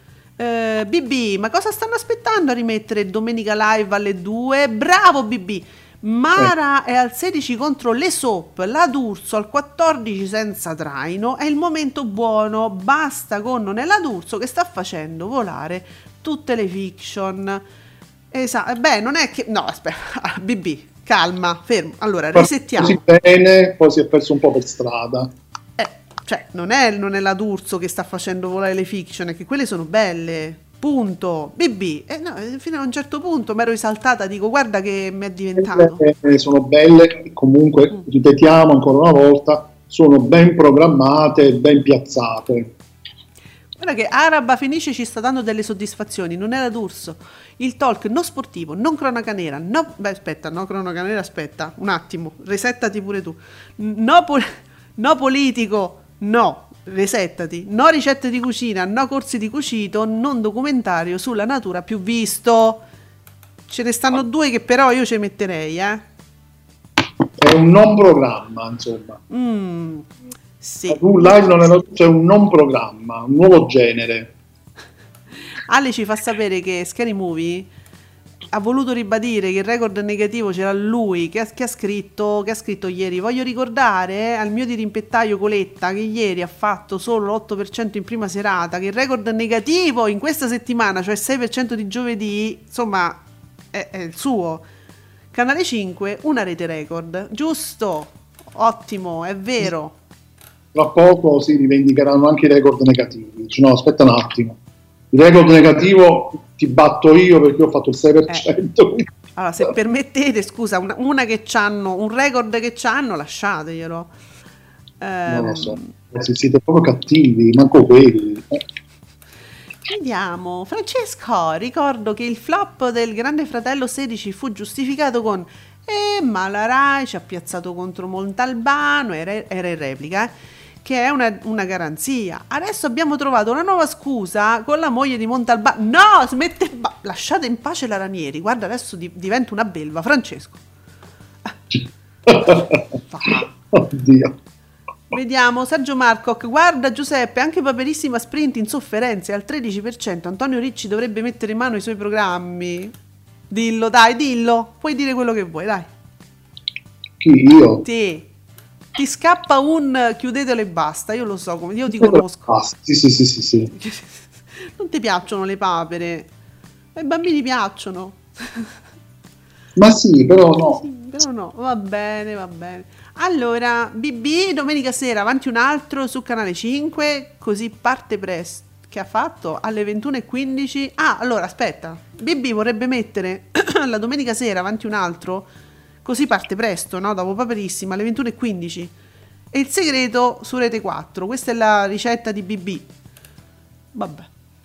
BB, ma cosa stanno aspettando a rimettere Domenica Live alle 2? Bravo BB. Mara è al 16 contro le soap, la D'Urso al 14 senza traino, è il momento buono, basta con Non è la D'Urso che sta facendo volare tutte le fiction. Esatto, non è che... No, aspetta, BB, calma, fermo, allora resettiamo. Così bene, poi si è perso un po' per strada. Cioè, non è la D'Urso che sta facendo volare le fiction, è che quelle sono belle, punto. BB, no, fino a un certo punto mi ero esaltata, dico guarda che mi è diventato. Sono belle, comunque, ripetiamo ancora una volta, sono ben programmate, ben piazzate. Guarda che Araba Fenice ci sta dando delle soddisfazioni, non è la D'Urso. Il talk non sportivo, non cronaca nera, no cronaca nera, aspetta, un attimo, resettati pure tu. No politico, no, resettati, no ricette di cucina, no corsi di cucito, non documentario sulla natura più visto. Ce ne stanno due che però io ci metterei, È un non programma, insomma. Sì. Live non è c'è un non programma, un nuovo genere. Ale ci fa sapere che Scary Movie ha voluto ribadire che il record negativo c'era lui, che ha scritto ieri: voglio ricordare al mio dirimpettaio Coletta che ieri ha fatto solo l'8% in prima serata, che il record negativo in questa settimana, cioè 6% di giovedì, insomma è il suo. Canale 5, una rete record, giusto, ottimo, è vero. Tra poco si rivendicheranno anche i record negativi. No, aspetta un attimo, il record negativo ti batto io perché ho fatto il 6%. Allora, se permettete, scusa, una che c'hanno, un record che c'hanno, lasciateglielo. Non lo so, siete proprio cattivi, manco quelli. Vediamo, Francesco, ricordo che il flop del Grande Fratello 16 fu giustificato con ma la Rai ci ha piazzato contro Montalbano, era in replica, che è una garanzia. Adesso abbiamo trovato una nuova scusa con la moglie di Montalbano. No, lasciate in pace la Ranieri. Guarda, adesso diventa una belva, Francesco. Oddio. Vediamo, Sergio Marcoc, guarda Giuseppe, anche Paperissima Sprint in sofferenza è al 13%. Antonio Ricci dovrebbe mettere in mano i suoi programmi. Dillo, dai, dillo. Puoi dire quello che vuoi, dai. Chi, io? Ti scappa un chiudetelo e basta, io lo so, io ti conosco. Sì. Non ti piacciono le papere? Ai bambini piacciono. Ma sì, però no. Sì, però no, va bene. Allora, BB, domenica sera, avanti un altro su Canale 5, così parte presto. Che ha fatto? Alle 21:15. Ah, allora, aspetta. BB vorrebbe mettere la domenica sera, avanti un altro, così parte presto, no? Dopo Paperissima, alle 21:15. E il segreto su Rete 4. Questa è la ricetta di BB. Vabbè.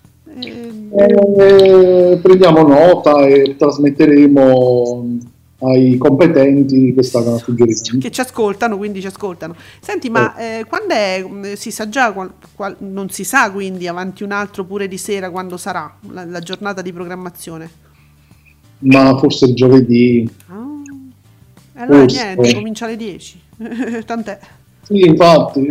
Prendiamo nota e trasmetteremo ai competenti questa suggerimento. Che ci ascoltano, quindi ci ascoltano. Senti, ma quando è? Si sa già? Non si sa, quindi avanti un altro pure di sera quando sarà la giornata di programmazione? Ma forse il giovedì. Allora forse. Niente, comincia alle 10. Tant'è. Sì, infatti.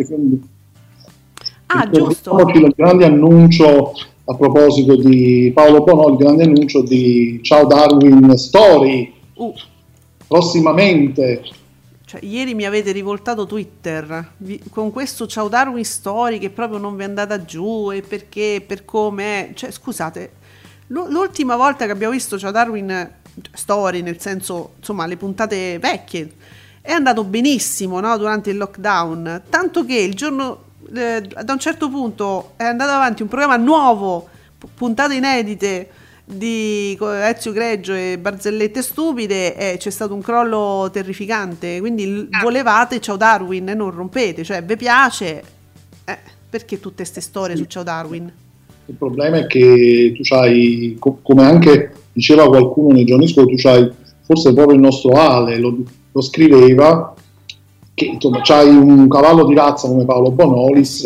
Giusto. Il grande annuncio a proposito di Paolo Bonò, il grande annuncio di Ciao Darwin Story. Prossimamente. Cioè, ieri mi avete rivoltato Twitter con questo Ciao Darwin Story che proprio non vi è andata giù, e perché, per come è. Cioè, scusate, l'ultima volta che abbiamo visto Ciao Darwin storie, nel senso, insomma, le puntate vecchie. È andato benissimo, no? Durante il lockdown, tanto che il giorno, da un certo punto è andato avanti un programma nuovo, puntate inedite di Ezio Greggio e Barzellette stupide, e c'è stato un crollo terrificante. Quindi volevate Ciao Darwin e non rompete, cioè vi piace, perché tutte queste storie su Ciao Darwin? Il problema è che tu c'hai, come anche diceva qualcuno nei giorni scorsi, tu c'hai, forse proprio il nostro Ale lo scriveva, che insomma c'hai un cavallo di razza come Paolo Bonolis,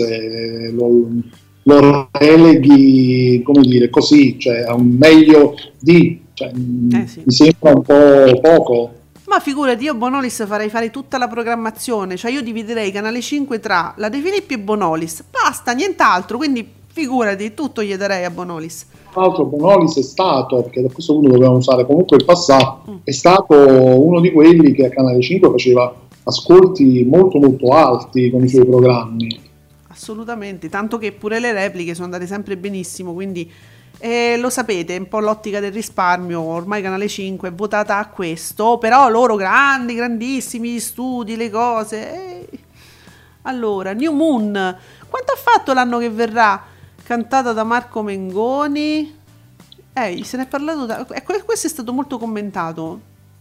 lo releghi, come dire, così, cioè a un meglio di, cioè, sì. Mi sembra un po' poco. Ma figurati, io Bonolis farei fare tutta la programmazione, cioè io dividerei Canale 5 tra la De Filippi e Bonolis, basta, nient'altro, quindi figurati, tutto gli darei a Bonolis. Tra l'altro Bonolis è stato, perché da questo punto dobbiamo usare comunque il passato, è stato uno di quelli che a Canale 5 faceva ascolti molto molto alti con i suoi programmi. Assolutamente, tanto che pure le repliche sono andate sempre benissimo, quindi lo sapete, è un po' l'ottica del risparmio, ormai Canale 5 è votata a questo, però loro grandissimi gli studi, le cose. Allora, New Moon, quanto ha fatto l'anno che verrà? Cantata da Marco Mengoni, se ne è parlato, questo è stato molto commentato.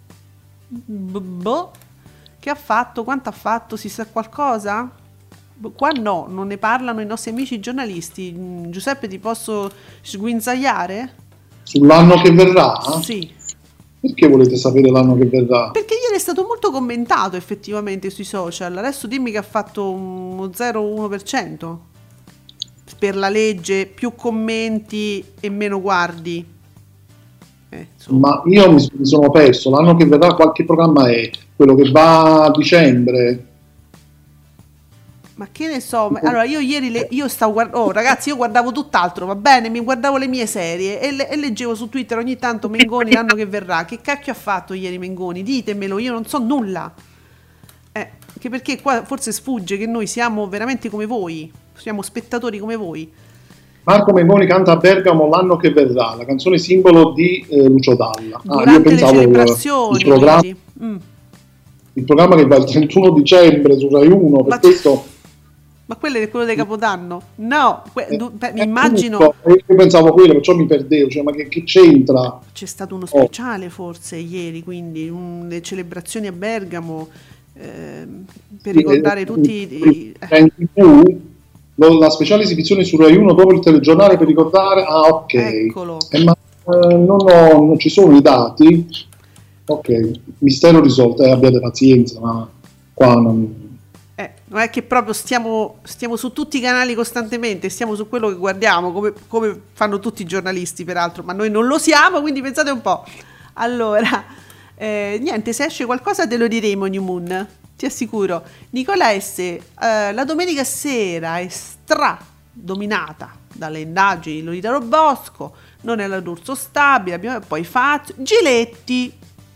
Che ha fatto? Quanto ha fatto? Si sa qualcosa? Qua no, non ne parlano i nostri amici giornalisti. Giuseppe, ti posso sguinzagliare? Sull'anno che verrà? Sì. Perché volete sapere l'anno che verrà? Perché ieri è stato molto commentato effettivamente sui social. Adesso dimmi che ha fatto uno 0,1% per la legge, più commenti e meno guardi. Ma io mi sono perso. L'anno che verrà, qualche programma è? Quello che va a dicembre? Ma che ne so, allora io ieri io stavo guardando, ragazzi, io guardavo tutt'altro, va bene, mi guardavo le mie serie e leggevo su Twitter ogni tanto Mengoni l'anno che verrà. Che cacchio ha fatto ieri Mengoni? Ditemelo, io non so nulla. Anche perché qua forse sfugge che noi siamo veramente come voi, siamo spettatori come voi. Marco Mengoni canta a Bergamo l'anno che verrà, la canzone simbolo di Lucio Dalla. Durante le celebrazioni. Il programma che va il 31 dicembre su Rai 1, per questo... Ma quello è quello di Capodanno? No, mi immagino... Io pensavo quello, perciò mi perdevo, cioè, ma che c'entra? C'è stato uno speciale forse ieri, quindi le celebrazioni a Bergamo, per ricordare tutti... In TV, la speciale esibizione su Rai 1 dopo il telegiornale per ricordare... Ah, ok. Eccolo. Ma non ci sono i dati? Ok, mistero risolto, abbiate pazienza, ma qua non è che proprio stiamo su tutti i canali costantemente, stiamo su quello che guardiamo, come fanno tutti i giornalisti peraltro, ma noi non lo siamo, quindi pensate un po'. Allora, niente, se esce qualcosa te lo diremo, New Moon, ti assicuro. Nicola S, la domenica sera è dominata dalle indagini di Lolita Robosco, non è la d'Urso stabile, abbiamo poi Fazio, Giletti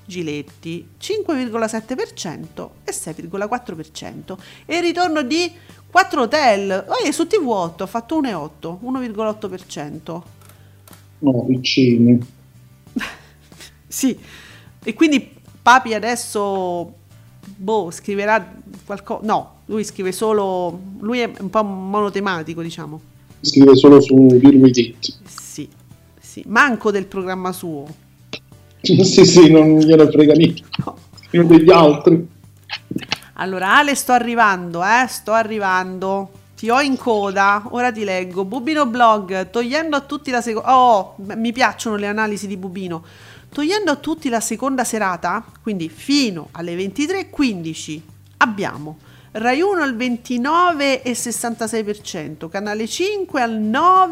5,7% e 6,4%, e il ritorno di 4 Hotel su TV8 ha fatto 1,8%. No, piccini. Sì, e quindi Papi adesso scriverà qualcosa. No, lui scrive solo, lui è un po' monotematico, diciamo, scrive solo su Virwidit. sì, manco del programma suo. Sì, non gliene frega niente, no. Io degli altri. Allora, Ale, sto arrivando, ti ho in coda, ora ti leggo. Bubino Blog, togliendo a tutti la seconda... mi piacciono le analisi di Bubino. Togliendo a tutti la seconda serata, quindi fino alle 23:15, abbiamo Rai 1 al 29,66%, Canale 5 al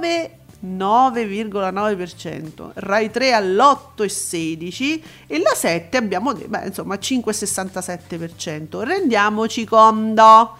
9,9%, Rai 3 all'8,16% e la 7 abbiamo, insomma, 5,67%. Rendiamoci conto.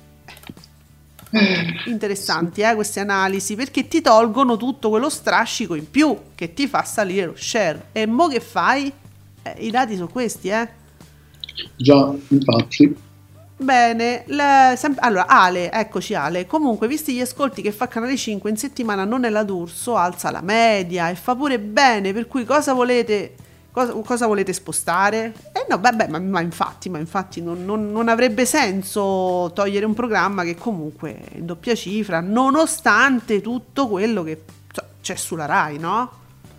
Interessanti queste analisi, perché ti tolgono tutto quello strascico in più che ti fa salire lo share. E mo che fai? I dati sono questi, Già, infatti. Bene, allora Ale, eccoci Ale. Comunque, visti gli ascolti che fa Canale 5 in settimana, non è la d'Urso, alza la media e fa pure bene, per cui cosa volete Cosa volete spostare? No, vabbè, ma infatti non avrebbe senso togliere un programma che comunque è in doppia cifra, nonostante tutto quello che c'è sulla Rai, no?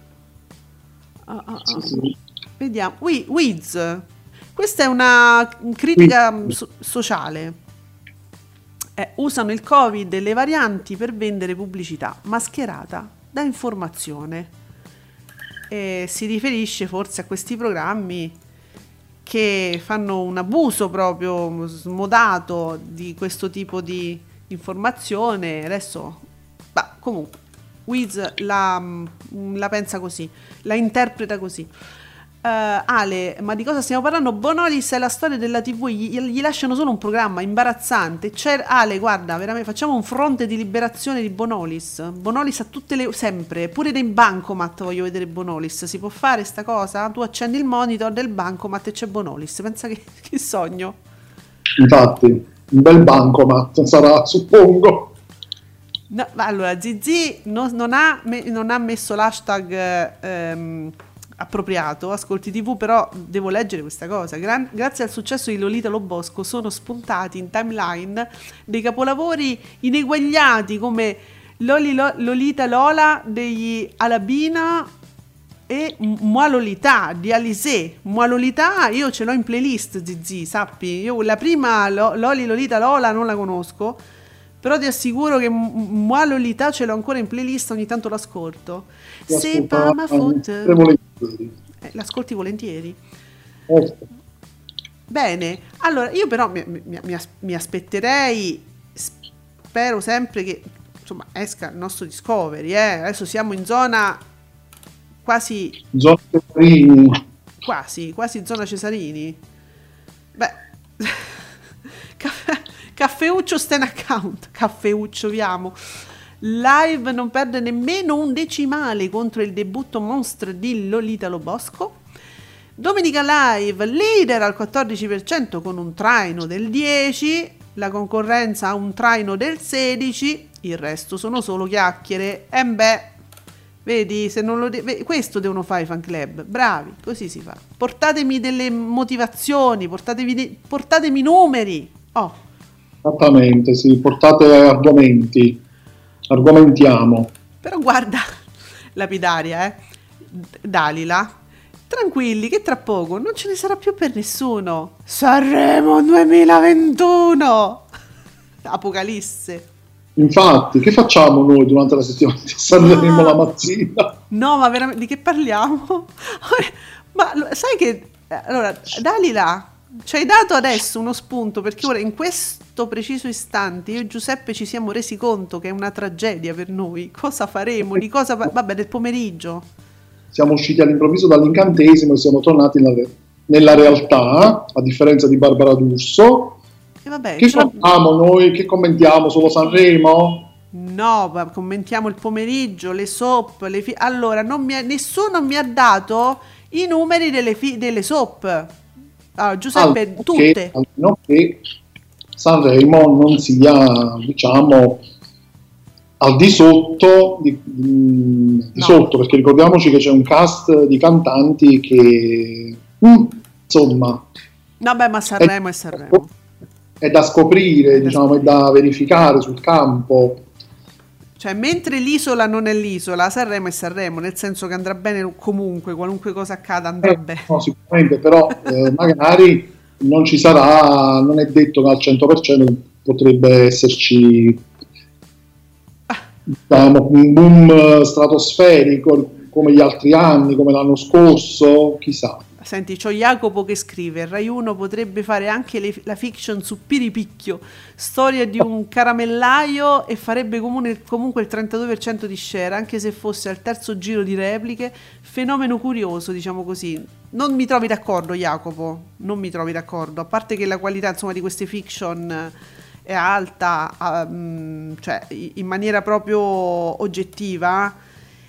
Sì. Vediamo. Wiz. Questa è una critica sociale. Usano il Covid e le varianti per vendere pubblicità mascherata da informazione. Si riferisce forse a questi programmi che fanno un abuso proprio smodato di questo tipo di informazione. Adesso, comunque, Wiz la pensa così, la interpreta così. Ale, ma di cosa stiamo parlando? Bonolis è la storia della TV, gli lasciano solo un programma imbarazzante. Ale, guarda, veramente facciamo un fronte di liberazione di Bonolis. Bonolis a sempre, pure nei bancomat voglio vedere Bonolis. Si può fare sta cosa? Tu accendi il monitor del bancomat e c'è Bonolis. Pensa che sogno. Infatti, un bel bancomat sarà, suppongo. No, allora, Zizi non ha messo l'hashtag appropriato, Ascolti TV, però devo leggere questa cosa. Grazie al successo di Lolita Lo Bosco sono spuntati in timeline dei capolavori ineguagliati come Lolita Lola degli Alabina e Moi Lolita di Alizé. Moi Lolita io ce l'ho in playlist, Zizi, sappi. Io la prima Lolita Lola non la conosco, però ti assicuro che Moi Lolita ce l'ho ancora in playlist, ogni tanto l'ascolto. C'est pas ma faute. L'ascolti volentieri. Bene, allora io però mi aspetterei, spero sempre che insomma esca il nostro Discovery, adesso siamo in zona quasi Cesarini. quasi zona Cesarini. Beh, Caffeuccio stand account, Caffeuccio viamo. Live non perde nemmeno un decimale contro il debutto monstre di Lolita Lo Bosco. Domenica Live leader al 14% con un traino del 10%, la concorrenza ha un traino del 16%, il resto sono solo chiacchiere. Vedi, se non lo questo devono fare i fan club, bravi, così si fa. Portatemi delle motivazioni, portatemi numeri. Esattamente, sì, portate argomentiamo. Però guarda, lapidaria, Dalila, tranquilli che tra poco non ce ne sarà più per nessuno. Sanremo 2021, Apocalisse. Infatti, che facciamo noi durante la settimana di Sanremo la mattina? No, ma veramente, di che parliamo? Ma sai che, allora, Dalila, ci hai dato adesso uno spunto, perché ora in questo preciso istante io e Giuseppe ci siamo resi conto che è una tragedia per noi. Cosa faremo? Vabbè, del pomeriggio. Siamo usciti all'improvviso dall'incantesimo e siamo tornati nella realtà, a differenza di Barbara D'Urso. E vabbè, che facciamo noi? Che commentiamo? Solo Sanremo? No, commentiamo il pomeriggio, le soap, allora nessuno mi ha dato i numeri delle soap. Allora, Giuseppe, tutte. Almeno che Sanremo non sia, diciamo, al di sotto sotto, perché ricordiamoci che c'è un cast di cantanti che insomma, vabbè, ma Sanremo è Sanremo, è da scoprire, diciamo, è da verificare sul campo. Cioè, mentre l'isola non è l'isola, Sanremo è Sanremo, nel senso che andrà bene comunque, qualunque cosa accada andrà bene. No, sicuramente, però magari non ci sarà, non è detto che al 100% potrebbe esserci, diciamo, un boom stratosferico come gli altri anni, come l'anno scorso, chissà. Senti, c'ho Jacopo che scrive: Rai 1 potrebbe fare anche la fiction su Piripicchio, storia di un caramellaio, e farebbe comunque il 32% di share, anche se fosse al terzo giro di repliche. Fenomeno curioso, diciamo così. Non mi trovi d'accordo, Jacopo? Non mi trovi d'accordo? A parte che la qualità, insomma, di queste fiction è alta, cioè in maniera proprio oggettiva,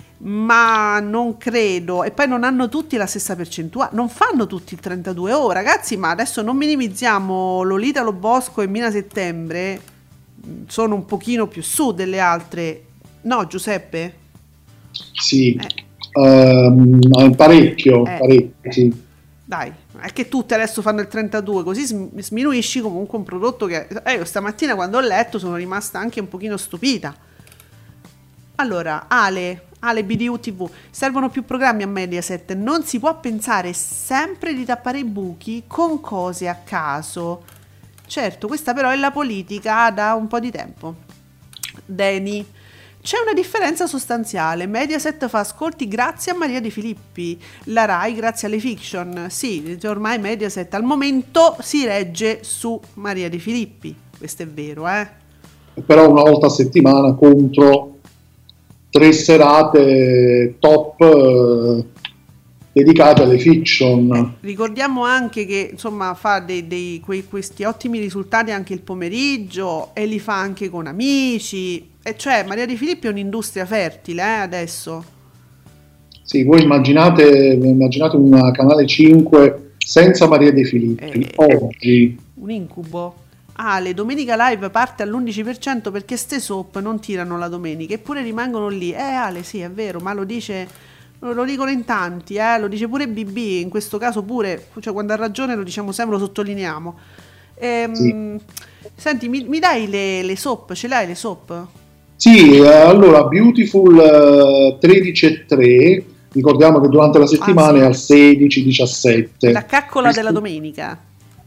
ma non credo, e poi non hanno tutti la stessa percentuale, non fanno tutti il 32%. Ragazzi, ma adesso non minimizziamo. Lolita Lo Bosco e Mina Settembre sono un pochino più su delle altre, no, Giuseppe? Sì, Parecchio, sì. Dai, è che tutte adesso fanno il 32, così sminuisci comunque un prodotto che... io stamattina quando ho letto sono rimasta anche un pochino stupita. Allora, Ale BDU TV, servono più programmi a Mediaset, non si può pensare sempre di tappare i buchi con cose a caso. Certo, questa però è la politica da un po' di tempo. Deni, c'è una differenza sostanziale. Mediaset fa ascolti grazie a Maria De Filippi, la Rai grazie alle fiction. Sì, ormai Mediaset al momento si regge su Maria De Filippi, questo è vero, Però una volta a settimana contro 3 serate top dedicate alle fiction. Ricordiamo anche che insomma fa questi ottimi risultati anche il pomeriggio e li fa anche con amici, e cioè Maria De Filippi è un'industria fertile adesso. Sì, voi immaginate un canale 5 senza Maria De Filippi oggi. Un incubo. Ale, domenica live parte all'11% perché ste soap non tirano la domenica eppure rimangono lì. Ale, sì, è vero, ma lo dicono in tanti, lo dice pure BB, in questo caso pure, cioè quando ha ragione lo diciamo sempre, lo sottolineiamo. Sì. Senti, mi dai le soap? Ce l'hai le soap? Sì, allora Beautiful 13,3, ricordiamo che durante la settimana è al 16-17. La caccola della domenica.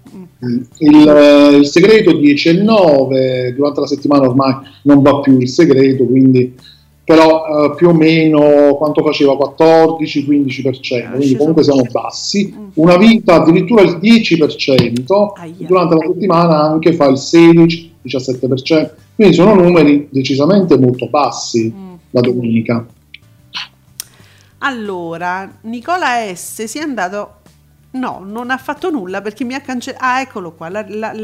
Il segreto 10,9, durante la settimana ormai non va più il segreto, quindi però più o meno quanto faceva 14-15%, quindi comunque siamo bassi. Una vita addirittura il 10%, durante la settimana anche fa il 16-17%, quindi sono numeri decisamente molto bassi la domenica. Allora, Nicola S si è andato... No, non ha fatto nulla perché mi ha cancellato. Eccolo qua,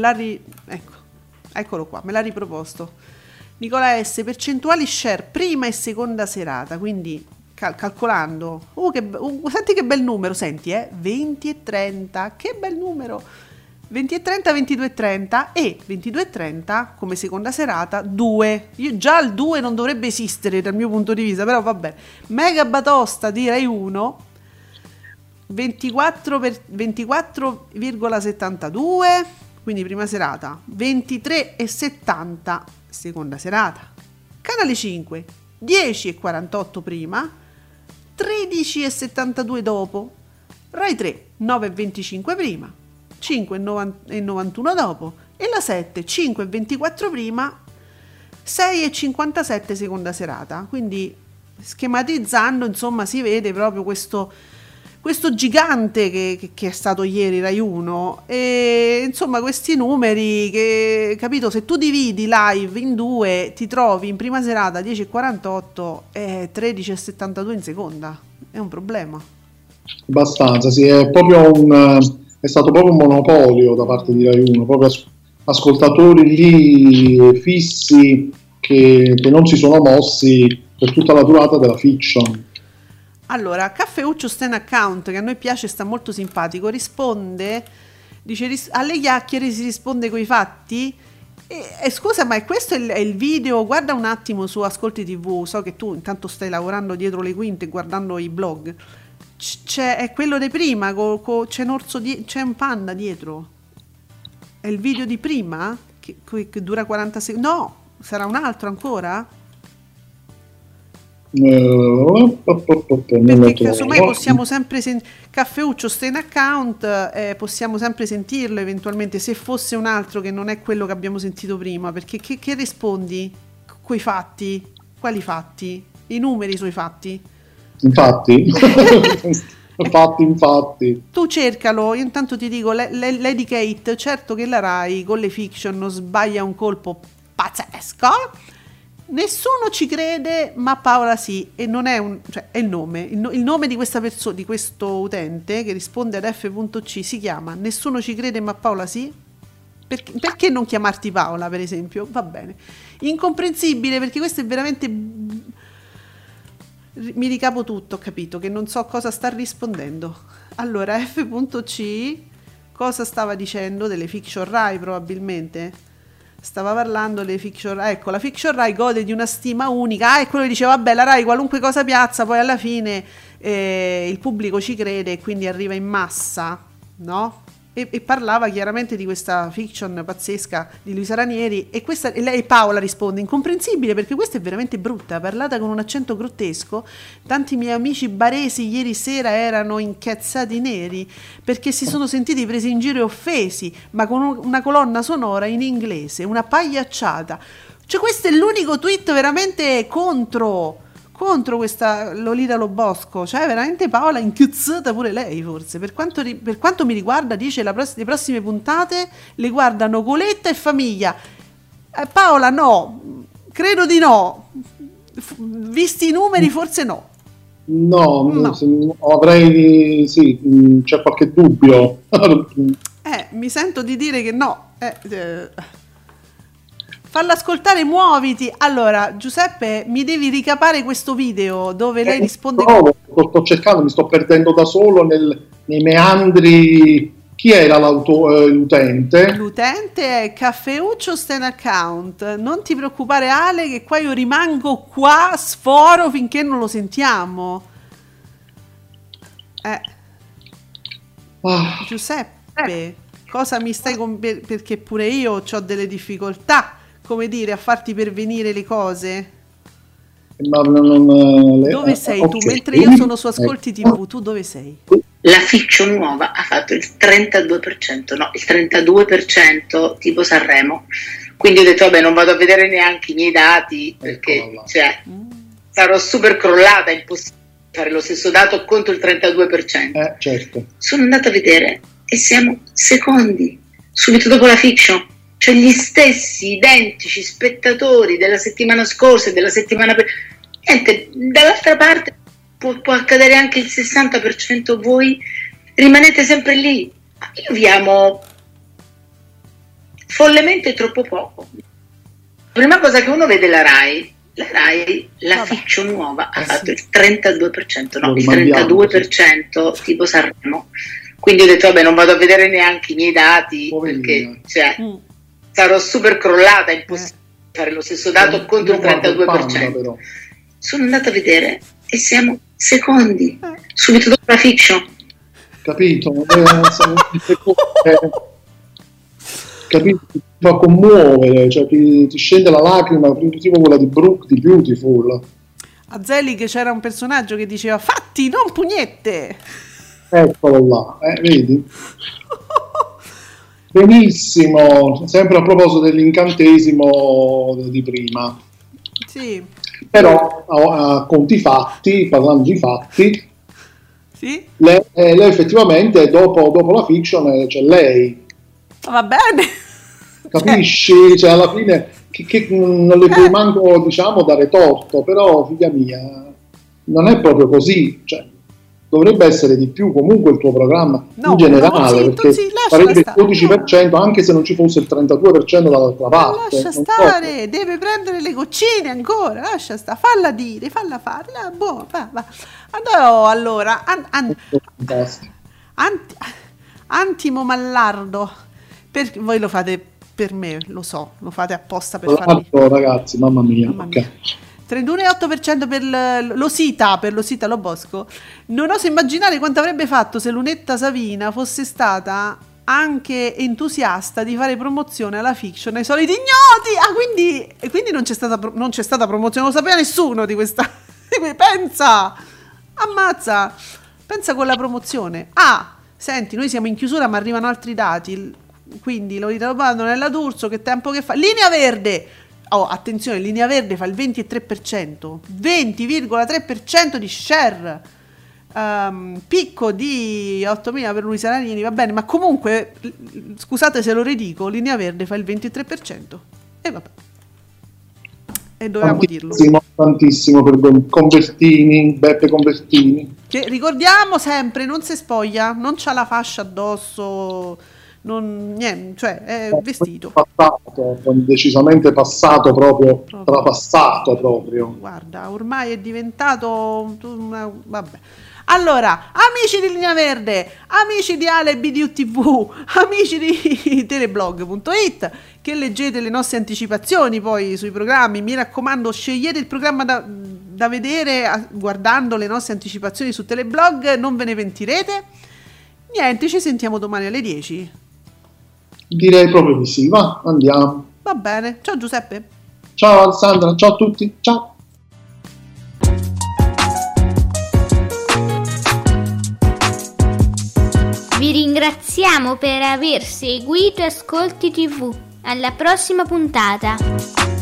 eccolo qua, me l'ha riproposto. Nicola S, percentuali share prima e seconda serata, quindi calcolando. Senti che bel numero, senti, 20 e 30, che bel numero. 20 e 30, 22 e 30 e 22 e 30 come seconda serata 2. Già il 2 non dovrebbe esistere dal mio punto di vista, però vabbè. Mega Batosta di Rai 1 24,72, quindi prima serata, 23,70 seconda serata. Canale 5 10,48 prima, 13,72 dopo. Rai 3 9,25 prima, 5,91 dopo, e la 7 5,24 prima, 6,57 seconda serata. Quindi schematizzando, insomma, si vede proprio questo gigante che è stato ieri Rai 1, e insomma questi numeri che, capito, se tu dividi live in 2 ti trovi in prima serata 10,48 e 13,72 in seconda. È un problema. Abbastanza, sì, è stato proprio un monopolio da parte di Rai 1, proprio ascoltatori lì fissi che non si sono mossi per tutta la durata della fiction. Allora, Caffeuccio Stan Account, che a noi piace, sta molto simpatico, risponde, dice alle chiacchiere si risponde coi fatti. E scusa, ma questo è il video? Guarda un attimo su Ascolti TV, so che tu intanto stai lavorando dietro le quinte guardando i blog. È quello di prima, c'è un orso, c'è un panda dietro. È il video di prima che dura 40 secondi. No, sarà un altro ancora? Perché casomai possiamo sempre Caffeuccio sta in account, possiamo sempre sentirlo eventualmente, se fosse un altro che non è quello che abbiamo sentito prima, perché che rispondi coi fatti? Quali fatti? I numeri sui fatti? Infatti infatti tu cercalo, io intanto ti dico Lady Kate, certo che la Rai con le fiction non sbaglia un colpo pazzesco. Nessuno ci crede, ma Paola sì, e non è è il nome. Il nome di questa persona, di questo utente che risponde ad F.C si chiama Nessuno ci crede, ma Paola sì. Perché non chiamarti Paola, per esempio? Va bene. Incomprensibile, perché questo è veramente. Mi ricapo tutto, ho capito che non so cosa sta rispondendo. Allora, F.C cosa stava dicendo delle fiction Rai, probabilmente. stava parlando delle fiction Rai. Ecco, la fiction Rai gode di una stima unica. E quello che diceva, vabbè, la Rai qualunque cosa piazza, poi alla fine il pubblico ci crede e quindi arriva in massa, no? E parlava chiaramente di questa fiction pazzesca di Luisa Ranieri e lei Paola risponde: incomprensibile, perché questa è veramente brutta, parlata con un accento grottesco. Tanti miei amici baresi ieri sera erano incazzati neri perché si sono sentiti presi in giro e offesi, ma con una colonna sonora in inglese, una pagliacciata. Cioè, questo è l'unico tweet veramente contro questa Lolita Lobosco. Cioè veramente Paola inchiuzzata pure lei, forse, per quanto mi riguarda, dice le prossime puntate le guardano Coletta e famiglia. Paola no, credo di no, visti i numeri forse no. No. Avrei, sì, c'è qualche dubbio. Mi sento di dire che no. Falla ascoltare, muoviti. Allora, Giuseppe, mi devi ricapare questo video dove lei risponde. Sto cercando, mi sto perdendo da solo nei meandri. Chi era l'utente? L'utente è Caffeuccio Stand Account. Non ti preoccupare, Ale, che qua io rimango qua, sforo finché non lo sentiamo. Giuseppe, cosa mi stai perché pure io ho delle difficoltà, come dire, a farti pervenire le cose. Ma dove sei tu? Mentre io sono su Ascolti TV, tu dove sei? La fiction nuova ha fatto il 32%, no, il 32% tipo Sanremo. Quindi ho detto, vabbè, non vado a vedere neanche i miei dati, perché sarò super crollata, è impossibile fare lo stesso dato contro il 32%. Certo. Sono andata a vedere e siamo secondi, subito dopo la fiction. Cioè gli stessi identici spettatori della settimana scorsa e della settimana niente, dall'altra parte può accadere anche il 60%, voi rimanete sempre lì. Io vi amo follemente troppo poco. La prima cosa che uno vede la Rai, la fiction nuova ha fatto il 32%, no, il 32% tipo Sanremo. Quindi ho detto, vabbè, non vado a vedere neanche i miei dati, perché sarò super crollata, è impossibile fare lo stesso dato contro il 32%. Sono andata a vedere e siamo secondi, subito dopo la fiction. Capito? Capito? Ti fa commuovere, cioè ti scende la lacrima, tipo quella di Brooke di Beautiful. A Zelig c'era un personaggio che diceva fatti, non pugnette. Eccolo là, vedi? Benissimo, sempre a proposito dell'incantesimo di prima. Sì. Però a conti fatti, parlando di fatti, sì? lei effettivamente dopo la fiction c'è lei. Va bene. Capisci? Cioè alla fine che non le puoi manco, diciamo, dare torto, però figlia mia, non è proprio così, cioè dovrebbe essere di più comunque il tuo programma in generale, perché farebbe il 12%, anche se non ci fosse il 32% dall'altra parte. Lascia stare, deve prendere le goccine ancora, lascia stare, falla dire, falla fare, boh, va. Allora, Antimo Mallardo, voi lo fate per me, lo so, lo fate apposta per farmi. Ragazzi, mamma mia. Okay. 31,8% per l'Osita Lobosco. Non oso immaginare quanto avrebbe fatto se Lunetta Savina fosse stata anche entusiasta di fare promozione alla fiction ai soliti ignoti. Quindi non c'è stata promozione, non lo sapeva nessuno di questa. Pensa, ammazza, pensa con la promozione. Senti, noi siamo in chiusura ma arrivano altri dati, quindi lo ritrovano nella D'Urso, che tempo che fa? Linea Verde. Attenzione, Linea Verde fa il 23%, 20,3% di share, picco di 8.000 per Luisa Ranieri, va bene, ma comunque, scusate se lo ridico, Linea Verde fa il 23%, e vabbè, e dovevamo dirlo. Tantissimo per Beppe Convertini. Che ricordiamo sempre, non si spoglia, non c'ha la fascia addosso, cioè è vestito decisamente passato proprio. Trapassato proprio. Guarda, ormai è diventato vabbè. Allora, amici di Linea Verde, amici di Ale BDU TV, amici di teleblog.it, che leggete le nostre anticipazioni poi sui programmi, mi raccomando, scegliete il programma da vedere guardando le nostre anticipazioni su teleblog, non ve ne pentirete. Niente, ci sentiamo domani alle 10. Direi proprio di sì, va, andiamo. Va bene, ciao Giuseppe. Ciao Alessandra, ciao a tutti, ciao. Vi ringraziamo per aver seguito Ascolti TV. Alla prossima puntata.